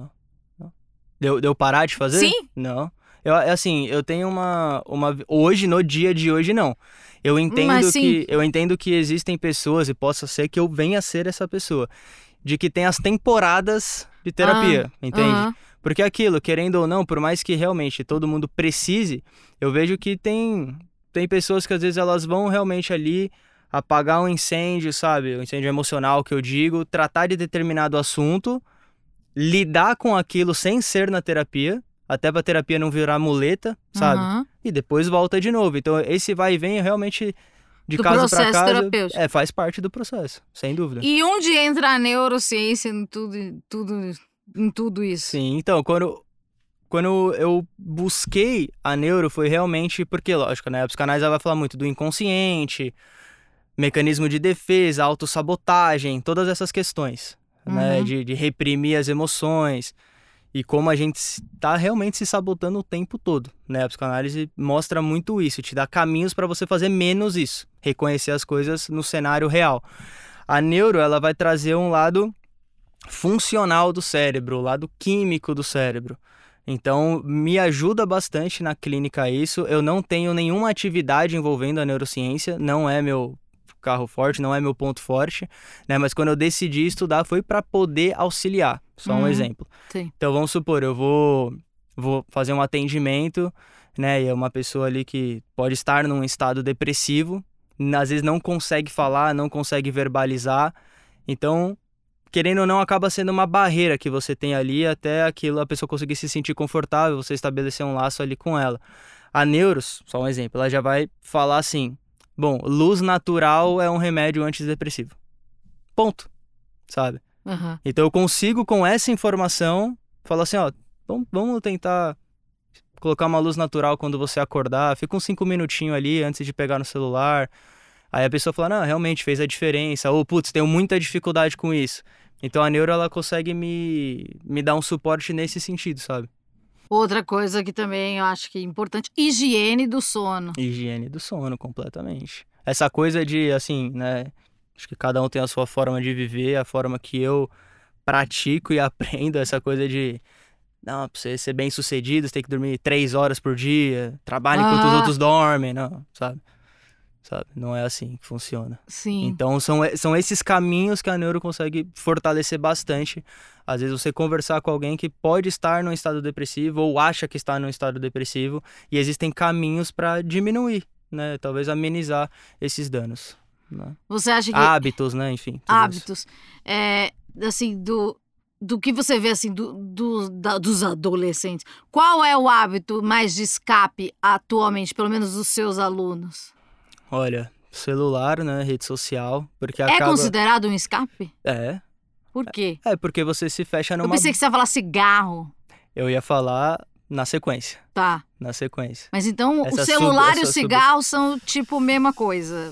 Deu eu parar de fazer? Sim. Não. Eu tenho uma... Hoje, no dia de hoje, não. Eu entendo que existem pessoas, e possa ser que eu venha a ser essa pessoa, de que tem as temporadas de terapia, entende? Porque aquilo, querendo ou não, por mais que realmente todo mundo precise, eu vejo que tem pessoas que às vezes elas vão realmente ali apagar um incêndio, sabe? Um incêndio emocional que eu digo, tratar de determinado assunto, lidar com aquilo sem ser na terapia, até pra terapia não virar muleta, sabe? E depois volta de novo. Então esse vai e vem realmente de do caso pra processo caso. terapêutico. Faz parte do processo, sem dúvida. E onde entra a neurociência em tudo isso? Sim, então, quando eu busquei a neuro foi realmente porque, lógico, né, a psicanálise ela vai falar muito do inconsciente, mecanismo de defesa, autossabotagem, todas essas questões, né, de reprimir as emoções e como a gente está realmente se sabotando o tempo todo, né, a psicanálise mostra muito isso, te dá caminhos para você fazer menos isso, reconhecer as coisas no cenário real. A neuro, ela vai trazer um lado funcional do cérebro, o lado químico do cérebro. Então, me ajuda bastante na clínica isso. Eu não tenho nenhuma atividade envolvendo a neurociência, não é meu carro forte, não é meu ponto forte, né? Mas quando eu decidi estudar foi para poder auxiliar, só um exemplo. Sim. Então, vamos supor, eu vou fazer um atendimento, né? E é uma pessoa ali que pode estar num estado depressivo, às vezes não consegue falar, não consegue verbalizar. Então, querendo ou não, acaba sendo uma barreira que você tem ali até aquilo, a pessoa conseguir se sentir confortável, você estabelecer um laço ali com ela. A neuros, só um exemplo, ela já vai falar assim, bom, luz natural é um remédio antidepressivo. Ponto. Sabe? Então eu consigo com essa informação falar assim, ó, vamos tentar colocar uma luz natural quando você acordar, fica uns 5 minutinhos ali antes de pegar no celular. Aí a pessoa fala, não, realmente fez a diferença. Ou, putz, tenho muita dificuldade com isso. Então a neuro, ela consegue me dar um suporte nesse sentido, sabe? Outra coisa que também eu acho que é importante, higiene do sono. Higiene do sono, completamente. Essa coisa de, assim, né, acho que cada um tem a sua forma de viver, a forma que eu pratico e aprendo, essa coisa de, não, pra você ser bem sucedido, você tem que dormir 3 horas por dia, trabalhe enquanto os outros dormem, não, sabe? sabe? Não é assim que funciona. Sim. Então, são esses caminhos que a neuro consegue fortalecer bastante. Às vezes, você conversar com alguém que pode estar num estado depressivo ou acha que está num estado depressivo e existem caminhos para diminuir, né? Talvez amenizar esses danos, né? Você acha que... Hábitos, né? Enfim. tudo isso. Hábitos. Assim, do que você vê, assim, dos adolescentes, qual é o hábito mais de escape atualmente, pelo menos dos seus alunos? Olha, celular, né? Rede social, porque É acaba... considerado um escape? É. Por quê? É, porque você se fecha Eu numa... pensei que você ia falar cigarro. Eu ia falar na sequência. Tá. Na sequência. Mas então Essa o celular e o essa cigarro são tipo a mesma coisa.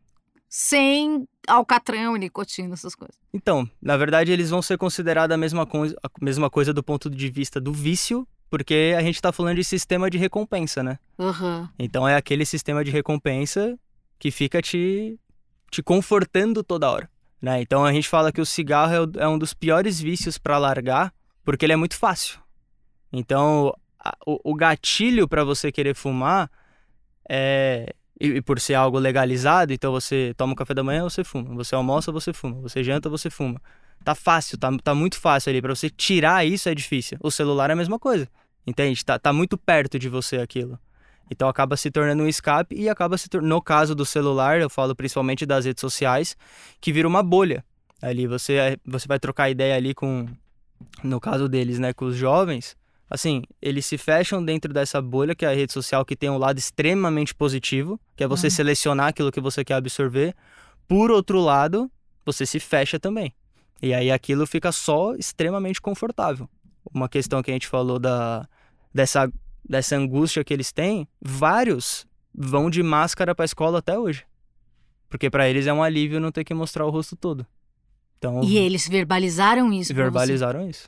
Sem alcatrão, nicotina, essas coisas. Então, na verdade, eles vão ser considerados a mesma coisa do ponto de vista do vício, porque a gente tá falando de sistema de recompensa, né? Aham. Então é aquele sistema de recompensa que fica te confortando toda hora, né? Então a gente fala que o cigarro é um dos piores vícios para largar, porque ele é muito fácil. Então, o gatilho para você querer fumar é... E por ser algo legalizado, então você toma um café da manhã, você fuma. Você almoça, você fuma. Você janta, você fuma. Tá fácil, tá muito fácil ali. Pra você tirar isso é difícil. O celular é a mesma coisa, entende? Tá muito perto de você aquilo. Então acaba se tornando um escape e acaba se tornando... No caso do celular, eu falo principalmente das redes sociais, que vira uma bolha. Ali você vai trocar ideia ali com... No caso deles, né, com os jovens... Assim, eles se fecham dentro dessa bolha, que é a rede social, que tem um lado extremamente positivo, que é você selecionar aquilo que você quer absorver. Por outro lado, você se fecha também. E aí aquilo fica só extremamente confortável. Uma questão que a gente falou dessa angústia que eles têm, vários vão de máscara pra escola até hoje. Porque pra eles é um alívio não ter que mostrar o rosto todo. Então, E eles verbalizaram isso pra você? verbalizaram isso.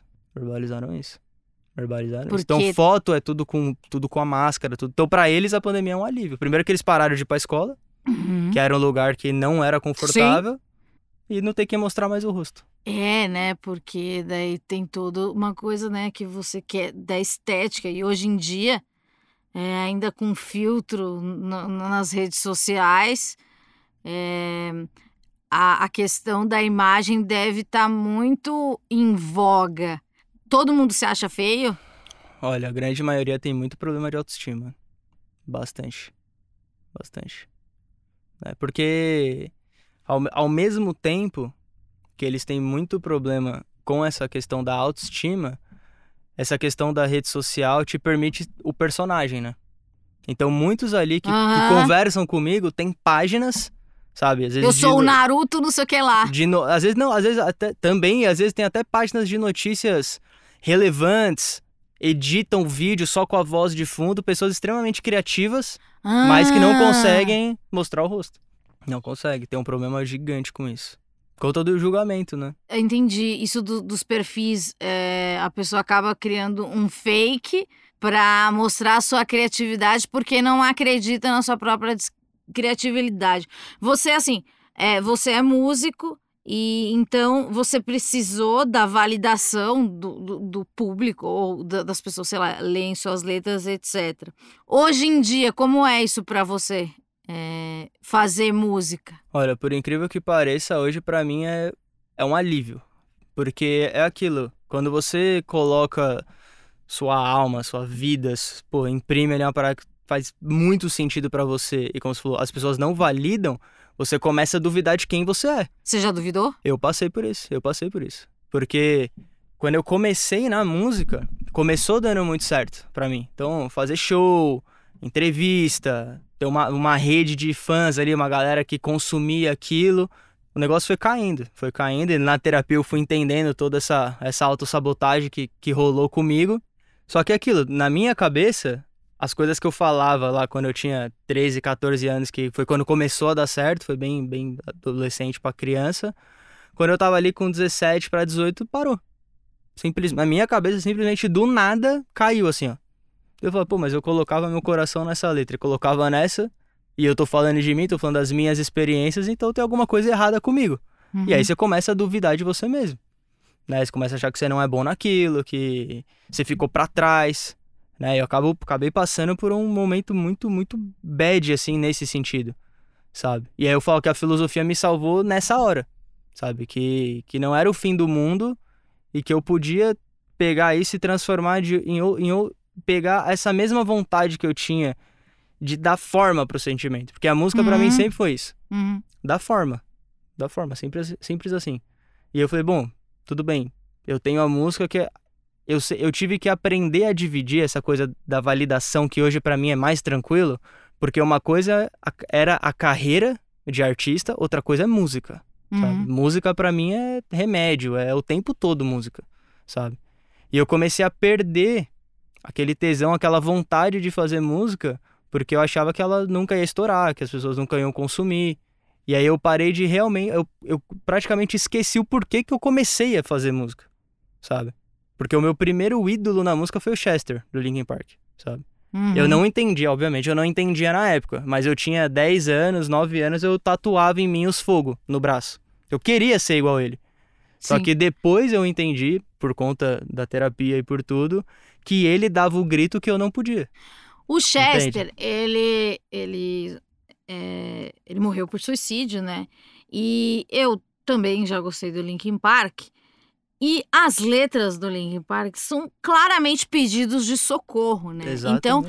Porque... Então, foto é tudo com a máscara, tudo. Então, pra eles, a pandemia é um alívio. Primeiro que eles pararam de ir pra escola, que era um lugar que não era confortável, e não ter que mostrar mais o rosto. É, né? Porque daí tem toda uma coisa, né, que você quer da estética. E hoje em dia, ainda com filtro nas redes sociais, a questão da imagem deve estar muito em voga. Todo mundo se acha feio? Olha, a grande maioria tem muito problema de autoestima. Bastante. Porque ao mesmo tempo que eles têm muito problema com essa questão da autoestima, essa questão da rede social te permite o personagem, né? Então muitos ali que conversam comigo têm páginas, sabe? Às vezes eu sou o Naruto, não sei o que lá. Às vezes até também, às vezes tem até páginas de notícias relevantes, editam vídeo só com a voz de fundo, pessoas extremamente criativas, mas que não conseguem mostrar o rosto. Não consegue, tem um problema gigante com isso. Com todo o julgamento, né? Eu entendi. Isso dos perfis, a pessoa acaba criando um fake pra mostrar a sua criatividade porque não acredita na sua própria criatividade. Você, assim, você é músico, e então você precisou da validação do público ou das pessoas, sei lá, leem suas letras, etc. Hoje em dia, como é isso pra você, fazer música? Olha, por incrível que pareça, hoje pra mim é um alívio. Porque é aquilo, quando você coloca sua alma, sua vida, imprime ali uma parada que faz muito sentido pra você e, como você falou, as pessoas não validam, você começa a duvidar de quem você é. Você já duvidou? Eu passei por isso. Porque quando eu comecei na música, começou dando muito certo pra mim. Então, fazer show, entrevista, ter uma rede de fãs ali, uma galera que consumia aquilo, o negócio foi caindo. E na terapia eu fui entendendo toda essa autossabotagem que rolou comigo. Só que aquilo, na minha cabeça... As coisas que eu falava lá quando eu tinha 13, 14 anos, que foi quando começou a dar certo, foi bem adolescente pra criança. Quando eu tava ali com 17 pra 18, parou. Na minha cabeça, simplesmente do nada, caiu assim, ó. Eu falei, mas eu colocava meu coração nessa letra, eu colocava nessa, e eu tô falando de mim, tô falando das minhas experiências, então tem alguma coisa errada comigo. E aí você começa a duvidar de você mesmo. Né? Você começa a achar que você não é bom naquilo, que você ficou pra trás... Né? Eu acabei passando por um momento muito, muito bad, assim, nesse sentido. sabe? E aí eu falo que a filosofia me salvou nessa hora, sabe? Que não era o fim do mundo e que eu podia pegar isso e transformar pegar essa mesma vontade que eu tinha de dar forma pro sentimento. Porque a música pra mim sempre foi isso. Dar forma, simples assim. E eu falei, bom, tudo bem, eu tenho a música que eu tive que aprender a dividir essa coisa da validação, que hoje pra mim é mais tranquilo, porque uma coisa era a carreira de artista, outra coisa é música, sabe? Música pra mim é remédio, é o tempo todo música, sabe? E eu comecei a perder aquele tesão, aquela vontade de fazer música, porque eu achava que ela nunca ia estourar, que as pessoas nunca iam consumir. E aí eu parei de realmente... Eu praticamente esqueci o porquê que eu comecei a fazer música, sabe? Porque o meu primeiro ídolo na música foi o Chester, do Linkin Park, sabe? Eu não entendia, obviamente, eu não entendia na época. Mas eu tinha 10 anos, 9 anos, eu tatuava em mim os fogos no braço. Eu queria ser igual a ele. Só que depois eu entendi, por conta da terapia e por tudo, que ele dava o grito que eu não podia. O Chester, ele morreu por suicídio, né? E eu também já gostei do Linkin Park. E as letras do Linkin Park são claramente pedidos de socorro, né? Exatamente. Então,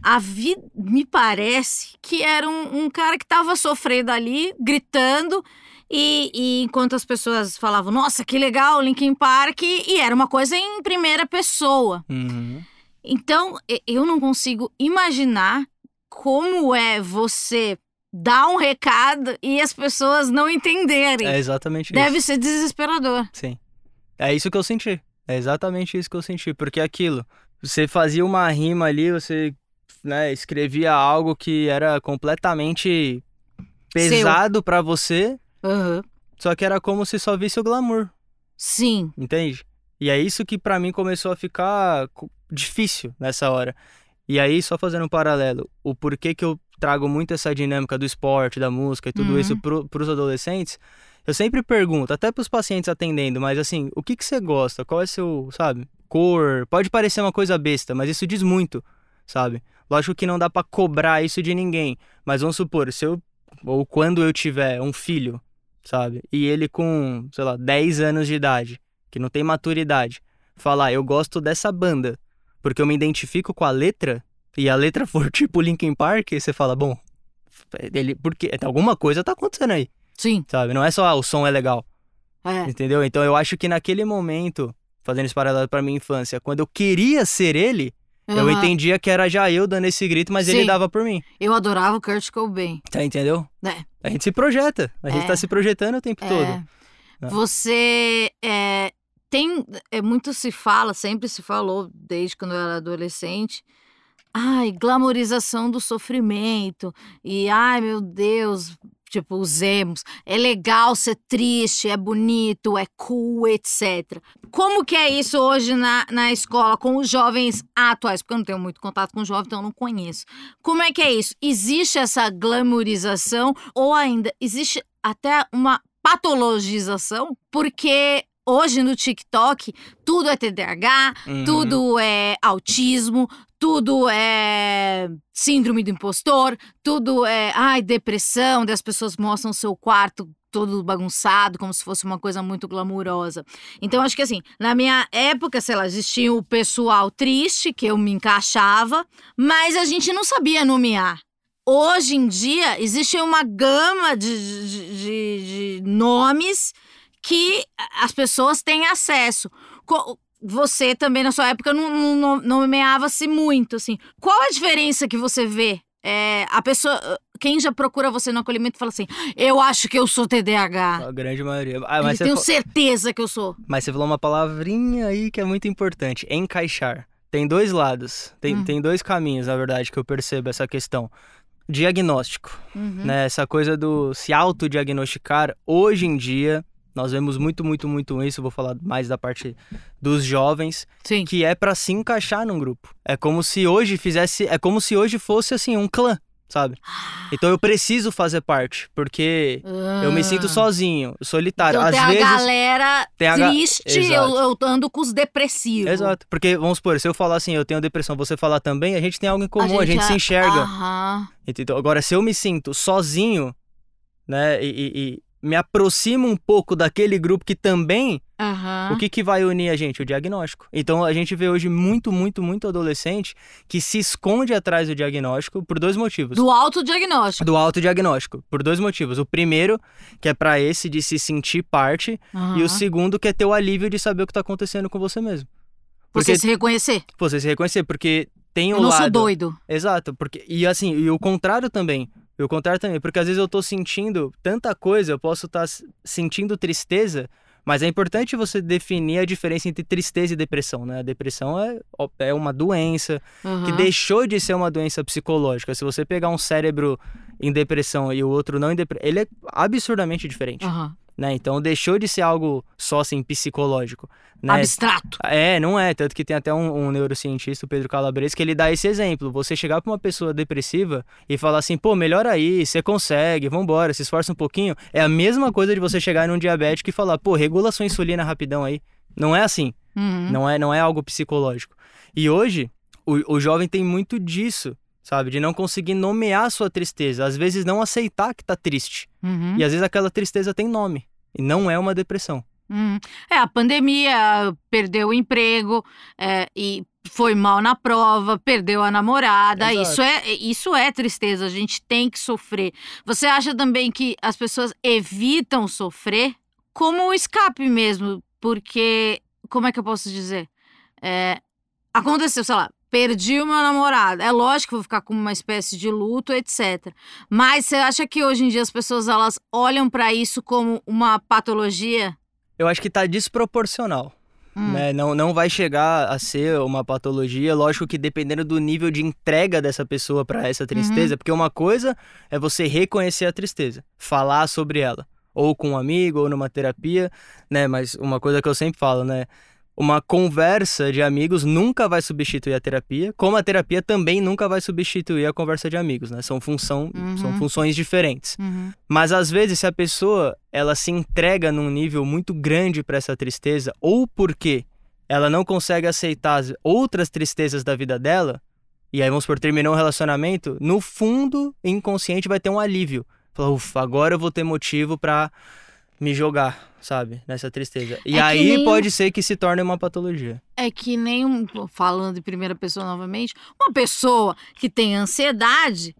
me parece que era um cara que estava sofrendo ali, gritando, e enquanto as pessoas falavam, nossa, que legal, Linkin Park, e era uma coisa em primeira pessoa. Então, eu não consigo imaginar como é você dar um recado e as pessoas não entenderem. É exatamente isso. Deve ser desesperador. Sim. É isso que eu senti. É exatamente isso que eu senti. Porque aquilo, você fazia uma rima ali, você, né, escrevia algo que era completamente pesado pra você, só que era como se só visse o glamour. Sim. Entende? E é isso que pra mim começou a ficar difícil nessa hora. E aí, só fazendo um paralelo, o porquê que eu trago muito essa dinâmica do esporte, da música e tudo isso pros adolescentes, eu sempre pergunto, até pros pacientes atendendo, mas assim, o que você gosta? Qual é seu, sabe, cor? Pode parecer uma coisa besta, mas isso diz muito, sabe? Lógico que não dá pra cobrar isso de ninguém, mas vamos supor, ou quando eu tiver um filho, sabe? E ele com, sei lá, 10 anos de idade, que não tem maturidade, falar, eu gosto dessa banda, porque eu me identifico com a letra, e a letra for tipo Linkin Park, você fala, bom, porque alguma coisa tá acontecendo aí. Sim. Sabe? Não é só, o som é legal. Entendeu? Então eu acho que naquele momento, fazendo esse paralelo pra minha infância, quando eu queria ser ele, eu entendia que era já eu dando esse grito, mas ele dava por mim. Eu adorava o Kurt Cobain. Tá, entendeu? A gente se projeta. A gente tá se projetando o tempo todo. Você muito se fala, sempre se falou, desde quando eu era adolescente, glamorização do sofrimento, e meu Deus, tipo, os emos, é legal ser triste, é bonito, é cool, etc. Como que é isso hoje na escola, com os jovens atuais? Porque eu não tenho muito contato com jovens, então eu não conheço. Como é que é isso? Existe essa glamorização ou ainda existe até uma patologização? Porque hoje no TikTok tudo é TDAH, tudo é autismo, tudo é síndrome do impostor, tudo é depressão, as pessoas mostram seu quarto todo bagunçado, como se fosse uma coisa muito glamurosa. Então, acho que assim, na minha época, sei lá, existia o pessoal triste, que eu me encaixava, mas a gente não sabia nomear. Hoje em dia, existe uma gama de nomes que as pessoas têm acesso. Você também, na sua época, não nomeava-se muito, assim. Qual a diferença que você vê? A pessoa, quem já procura você no acolhimento fala assim, eu acho que eu sou TDAH. A grande maioria. Mas eu tenho certeza que eu sou. Mas você falou uma palavrinha aí que é muito importante, encaixar. Tem dois lados, tem dois caminhos, na verdade, que eu percebo essa questão. Diagnóstico, né? Essa coisa do se autodiagnosticar, hoje em dia, nós vemos muito isso, vou falar mais da parte dos jovens, Sim. Que é pra se encaixar num grupo. É como se hoje fosse assim, um clã, sabe? Então eu preciso fazer parte, porque eu me sinto sozinho, solitário. Então Às tem vezes, a galera triste, eu ando com os depressivos. Exato, porque vamos supor, se eu falar assim, eu tenho depressão, você falar também, a gente tem algo em comum, a gente se enxerga. Aham. Então, agora, se eu me sinto sozinho, né, e me aproximo um pouco daquele grupo que também, o que vai unir a gente? O diagnóstico. Então a gente vê hoje muito adolescente que se esconde atrás do diagnóstico por 2 motivos. Do autodiagnóstico. Do autodiagnóstico, por 2 motivos. O primeiro, que é pra esse de se sentir parte, e o segundo, que é ter o alívio de saber o que tá acontecendo com você mesmo. Você se reconhecer. Você se reconhecer, porque tem Eu o não lado... sou doido. Exato, porque e assim, e o contrário também. Porque às vezes eu tô sentindo tanta coisa, eu posso estar sentindo tristeza, mas é importante você definir a diferença entre tristeza e depressão, né? A depressão é uma doença que deixou de ser uma doença psicológica. Se você pegar um cérebro em depressão e o outro não em depressão, ele é absurdamente diferente. Né? Então deixou de ser algo só assim psicológico, né? Abstrato. Não é, tanto que tem até um neurocientista, o Pedro Calabres, que ele dá esse exemplo. Você chegar pra uma pessoa depressiva e falar assim, pô, melhora aí, você consegue, vambora, se esforça um pouquinho, é a mesma coisa de você chegar num diabético e falar, pô, regula sua insulina rapidão aí. Não é assim, não é algo psicológico. E hoje, o jovem tem muito disso, sabe? De não conseguir nomear a sua tristeza. Às vezes não aceitar que tá triste. E às vezes aquela tristeza tem nome. E não é uma depressão. A pandemia, perdeu o emprego, e foi mal na prova, perdeu a namorada. Isso é tristeza, a gente tem que sofrer. Você acha também que as pessoas evitam sofrer como um escape mesmo? Porque, como é que eu posso dizer? Aconteceu, sei lá, perdi o meu namorado. É lógico que eu vou ficar com uma espécie de luto, etc. Mas você acha que hoje em dia as pessoas elas olham pra isso como uma patologia? Eu acho que tá desproporcional. Né? Não vai chegar a ser uma patologia. Lógico que dependendo do nível de entrega dessa pessoa pra essa tristeza, porque uma coisa é você reconhecer a tristeza, falar sobre ela, ou com um amigo, ou numa terapia, né? Mas uma coisa que eu sempre falo, né? Uma conversa de amigos nunca vai substituir a terapia, como a terapia também nunca vai substituir a conversa de amigos, né? São funções diferentes. Mas às vezes, se a pessoa ela se entrega num nível muito grande para essa tristeza, ou porque ela não consegue aceitar as outras tristezas da vida dela, e aí vamos supor, terminou um relacionamento, no fundo, inconsciente vai ter um alívio. Fala, ufa, agora eu vou ter motivo para me jogar, sabe, nessa tristeza. E aí pode ser que se torne uma patologia. É que nem, falando em primeira pessoa novamente, uma pessoa que tem ansiedade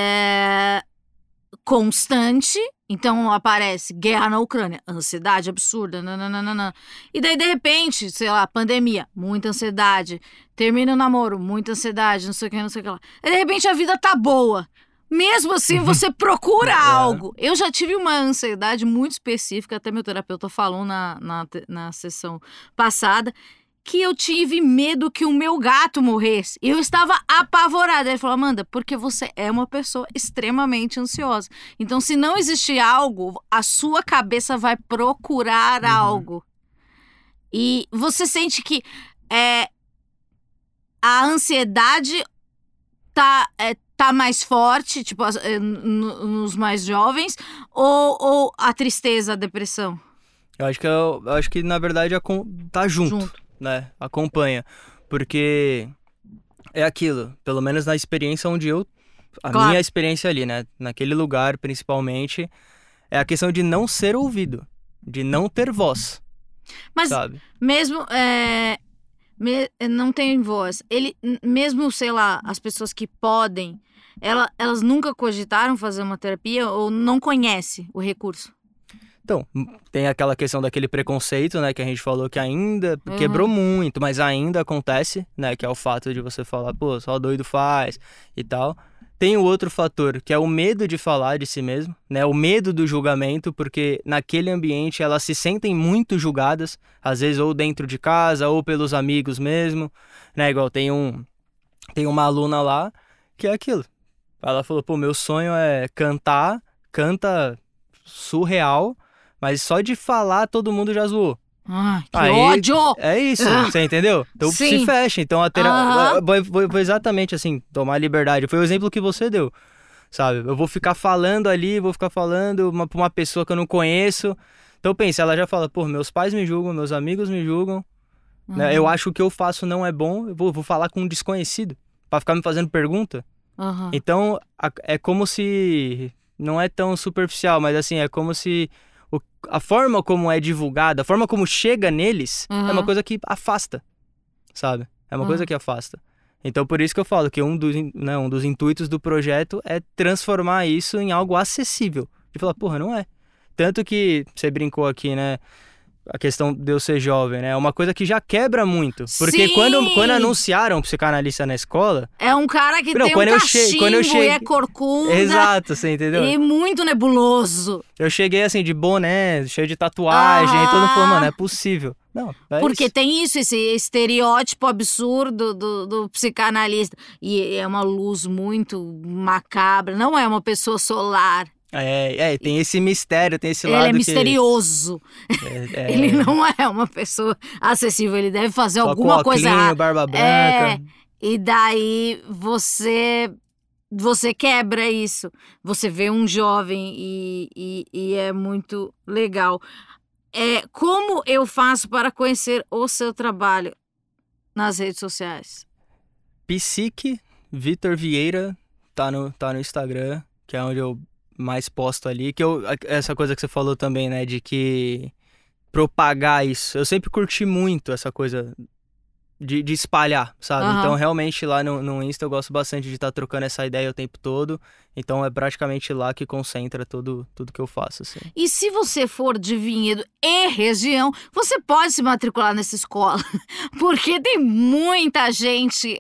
constante, então aparece guerra na Ucrânia, ansiedade absurda, nananana. E daí, de repente, sei lá, pandemia, muita ansiedade, termina o namoro, muita ansiedade, não sei o que lá. E de repente a vida tá boa. Mesmo assim, você procura algo. Eu já tive uma ansiedade muito específica, até meu terapeuta falou na sessão passada, que eu tive medo que o meu gato morresse. Eu estava apavorada. Ele falou, Amanda, porque você é uma pessoa extremamente ansiosa. Então, se não existir algo, a sua cabeça vai procurar algo. E você sente que a ansiedade tá mais forte, tipo, nos mais jovens, ou a tristeza, a depressão? Eu acho que na verdade tá junto, né? Acompanha. Porque é aquilo, pelo menos na experiência onde minha experiência ali, né? Naquele lugar, principalmente, é a questão de não ser ouvido, de não ter voz. Mas sabe? Mesmo não tem voz. Mesmo, sei lá, as pessoas que podem, elas nunca cogitaram fazer uma terapia ou não conhecem o recurso? Então, tem aquela questão daquele preconceito, né, que a gente falou que ainda quebrou muito, mas ainda acontece, né, que é o fato de você falar, pô, só doido faz e tal. Tem o outro fator, que é o medo de falar de si mesmo, né? O medo do julgamento, porque naquele ambiente elas se sentem muito julgadas, às vezes ou dentro de casa, ou pelos amigos mesmo, né? Igual tem uma aluna lá, que é aquilo. Ela falou, pô, meu sonho é canta surreal, mas só de falar todo mundo já zoou. Que ódio! É isso, você entendeu? Então se fecha. Então a terapia foi exatamente assim, tomar liberdade. Foi o exemplo que você deu, sabe? Eu vou ficar falando ali, pra uma pessoa que eu não conheço. Então pensa, ela já fala, pô, meus pais me julgam, meus amigos me julgam, né? Eu acho que o que eu faço não é bom, eu vou falar com um desconhecido pra ficar me fazendo pergunta. Então é como se não é tão superficial, mas assim, é como se a forma como é divulgada, a forma como chega neles, é uma coisa que afasta, sabe? É uma coisa que afasta. Então, por isso que eu falo que um dos intuitos do projeto é transformar isso em algo acessível. De falar, porra, não é. Tanto que você brincou aqui, né? A questão de eu ser jovem, né? É uma coisa que já quebra muito. Porque quando anunciaram o psicanalista na escola... É um cara que tem um cachimbo e é corcunda. Exato, você entendeu? E muito nebuloso. Eu cheguei assim, de boné, cheio de tatuagem, e todo mundo falou, mano, não é possível. Não, é porque isso. tem isso, esse estereótipo absurdo do psicanalista. E é uma luz muito macabra, não é uma pessoa solar. Tem esse mistério, tem esse lado Ele é misterioso. Ele não é uma pessoa acessível, ele deve fazer só alguma com coisa errada. Barba branca. E daí você quebra isso. Você vê um jovem e é muito legal. Como eu faço para conhecer o seu trabalho nas redes sociais? Psique Vitor Vieira tá no Instagram, que é onde eu mais posto ali, essa coisa que você falou também, né, de que propagar isso, eu sempre curti muito essa coisa de espalhar, sabe? Então, realmente, lá no Insta eu gosto bastante de estar trocando essa ideia o tempo todo, então é praticamente lá que concentra tudo que eu faço, assim. E se você for de Vinhedo e região, você pode se matricular nessa escola, porque tem muita gente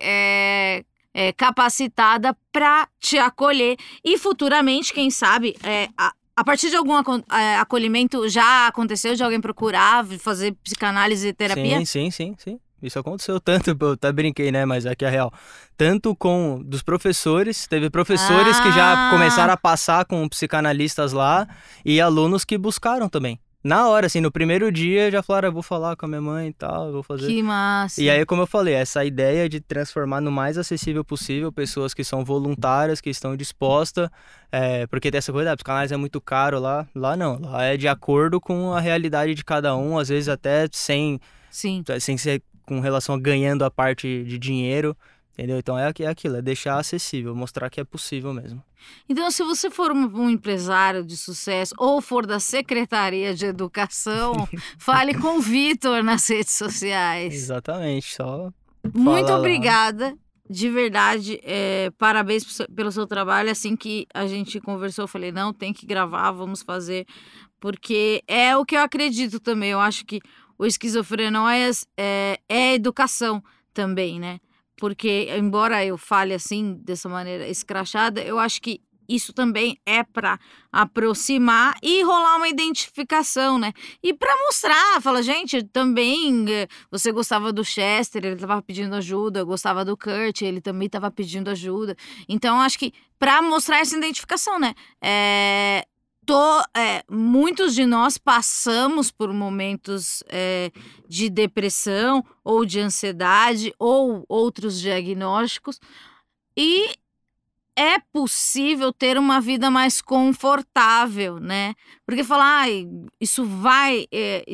capacitada para te acolher e futuramente, quem sabe, a partir de algum acolhimento já aconteceu de alguém procurar fazer psicanálise e terapia? Sim. Isso aconteceu tanto, eu até brinquei, né, mas aqui é real. Tanto com dos professores, teve professores que já começaram a passar com psicanalistas lá e alunos que buscaram também. Na hora, assim, no primeiro dia, já falaram, eu vou falar com a minha mãe e tal, eu vou fazer... Que massa! E aí, como eu falei, essa ideia de transformar no mais acessível possível pessoas que são voluntárias, que estão dispostas, porque tem essa coisa, a psicanálise é muito caro lá não, lá é de acordo com a realidade de cada um, às vezes até sem ser com relação a ganhando a parte de dinheiro, entendeu? Então é aquilo, é deixar acessível, mostrar que é possível mesmo. Então, se você for um empresário de sucesso ou for da Secretaria de Educação, fale com o Vitor nas redes sociais. Exatamente, só muito obrigada, de verdade, parabéns pelo seu trabalho. Assim que a gente conversou, eu falei, não, tem que gravar, vamos fazer, porque é o que eu acredito também. Eu acho que o Esquizofrenóias é educação também, né? Porque, embora eu fale assim, dessa maneira escrachada, eu acho que isso também é para aproximar e rolar uma identificação, né? E para mostrar, fala, gente, também você gostava do Chester, ele estava pedindo ajuda, eu gostava do Kurt, ele também estava pedindo ajuda. Então, acho que para mostrar essa identificação, né? Muitos de nós passamos por momentos de depressão ou de ansiedade ou outros diagnósticos e é possível ter uma vida mais confortável, né? Porque falar, isso vai,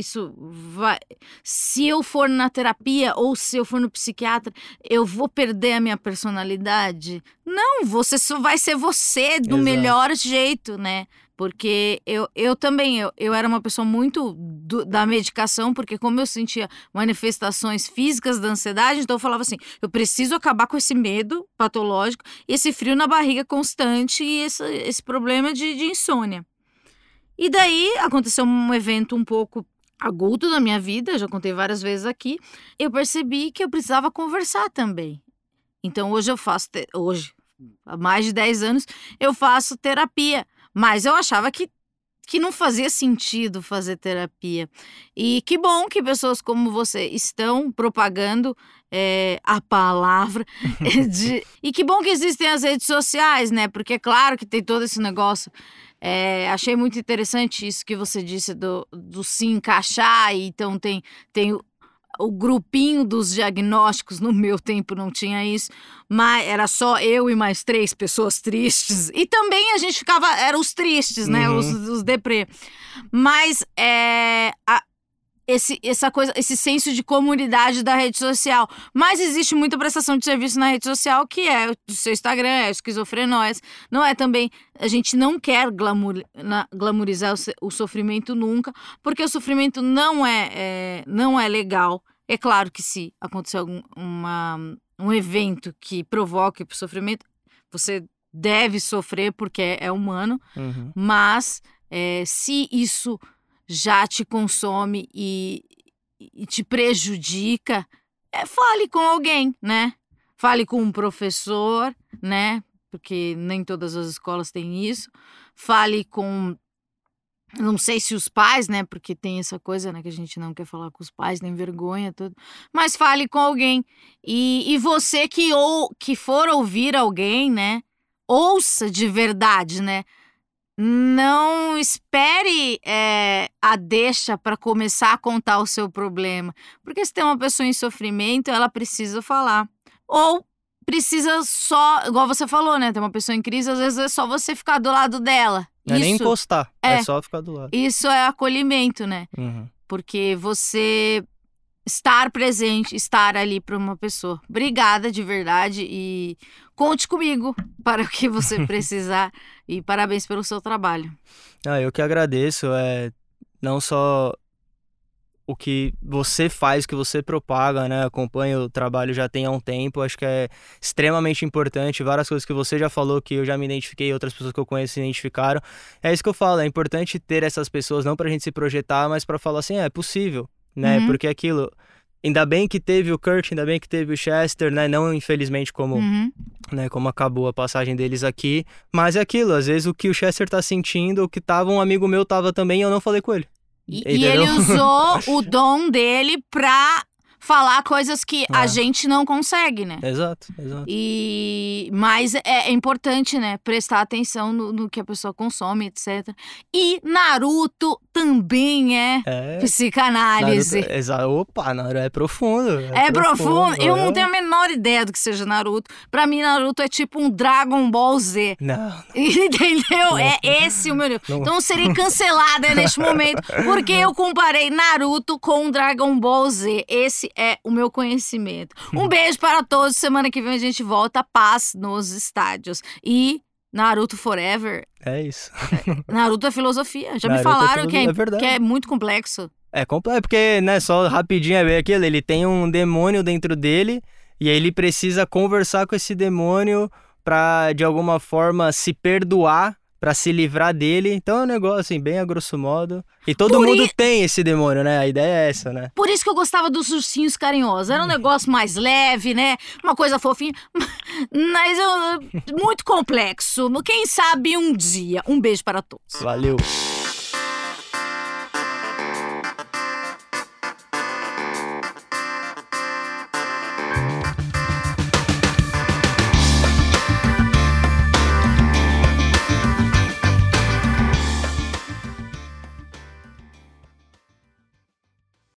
se eu for na terapia ou se eu for no psiquiatra, eu vou perder a minha personalidade? Não, você só vai ser você do melhor jeito, né? Porque eu também, eu era uma pessoa muito da medicação, porque como eu sentia manifestações físicas da ansiedade, então eu falava assim, eu preciso acabar com esse medo patológico, esse frio na barriga constante e esse problema de insônia. E daí aconteceu um evento um pouco agudo na minha vida, já contei várias vezes aqui, eu percebi que eu precisava conversar também. Então hoje há mais de 10 anos, eu faço terapia. Mas eu achava que não fazia sentido fazer terapia. E que bom que pessoas como você estão propagando a palavra. E que bom que existem as redes sociais, né? Porque é claro que tem todo esse negócio. Achei muito interessante isso que você disse do se encaixar. Então tem o grupinho dos diagnósticos. No meu tempo não tinha isso, mas era só eu e mais 3 pessoas tristes, e também a gente ficava, eram os tristes, né, os deprê, mas esse senso de comunidade da rede social. Mas existe muita prestação de serviço na rede social, que é o seu Instagram, é esquizofrenóis. Não é também... A gente não quer glamourizar o sofrimento nunca, porque o sofrimento não é legal. É claro que se acontecer um evento que provoque o sofrimento, você deve sofrer porque é humano, mas se isso já te consome e te prejudica, fale com alguém, né? Fale com um professor, né? Porque nem todas as escolas têm isso. Fale com... Não sei se os pais, né? Porque tem essa coisa, né? Que a gente não quer falar com os pais, nem vergonha, tudo. Mas fale com alguém. E você que for ouvir alguém, né? Ouça de verdade, né? Não espere a deixa para começar a contar o seu problema. Porque se tem uma pessoa em sofrimento, ela precisa falar. Ou precisa só, igual você falou, né? Tem uma pessoa em crise, às vezes é só você ficar do lado dela. Não é nem encostar, é só ficar do lado. Isso é acolhimento, né? Porque você estar presente, estar ali para uma pessoa. Obrigada de verdade e conte comigo para o que você precisar e parabéns pelo seu trabalho. Eu que agradeço, não só o que você faz, o que você propaga, né? Acompanho o trabalho já tem há um tempo, acho que é extremamente importante, várias coisas que você já falou que eu já me identifiquei, outras pessoas que eu conheço se identificaram. É isso que eu falo, é importante ter essas pessoas, não pra gente se projetar, mas pra falar assim, é possível, né? Porque aquilo, ainda bem que teve o Kurt, ainda bem que teve o Chester, né? Não infelizmente como, né, como acabou a passagem deles aqui, mas é aquilo, às vezes o que o Chester tá sentindo, o que um amigo meu tava também, eu não falei com ele. E ele usou o dom dele pra falar coisas que a gente não consegue, né? Exato. Mas é importante, né? Prestar atenção no que a pessoa consome, etc. E Naruto também é psicanálise. Exato. Opa, Naruto é profundo. É profundo. Eu não tenho a menor ideia do que seja Naruto. Pra mim, Naruto é tipo um Dragon Ball Z. Não. Entendeu? É esse o meu livro. Então eu serei cancelada neste momento, porque eu comparei Naruto com Dragon Ball Z. Esse é o meu conhecimento. Um beijo para todos. Semana que vem a gente volta. Paz nos estádios. E Naruto Forever. É isso. Naruto é filosofia. Já Naruto me falaram verdade. que é muito complexo. É complexo, porque, né, só rapidinho é bem aquilo. Ele tem um demônio dentro dele e aí ele precisa conversar com esse demônio pra, de alguma forma, se perdoar, pra se livrar dele. Então é um negócio, assim, bem a grosso modo. E todo mundo tem esse demônio, né? A ideia é essa, né? Por isso que eu gostava dos ursinhos carinhosos. Era um negócio mais leve, né? Uma coisa fofinha. Mas muito complexo. Quem sabe um dia. Um beijo para todos. Valeu.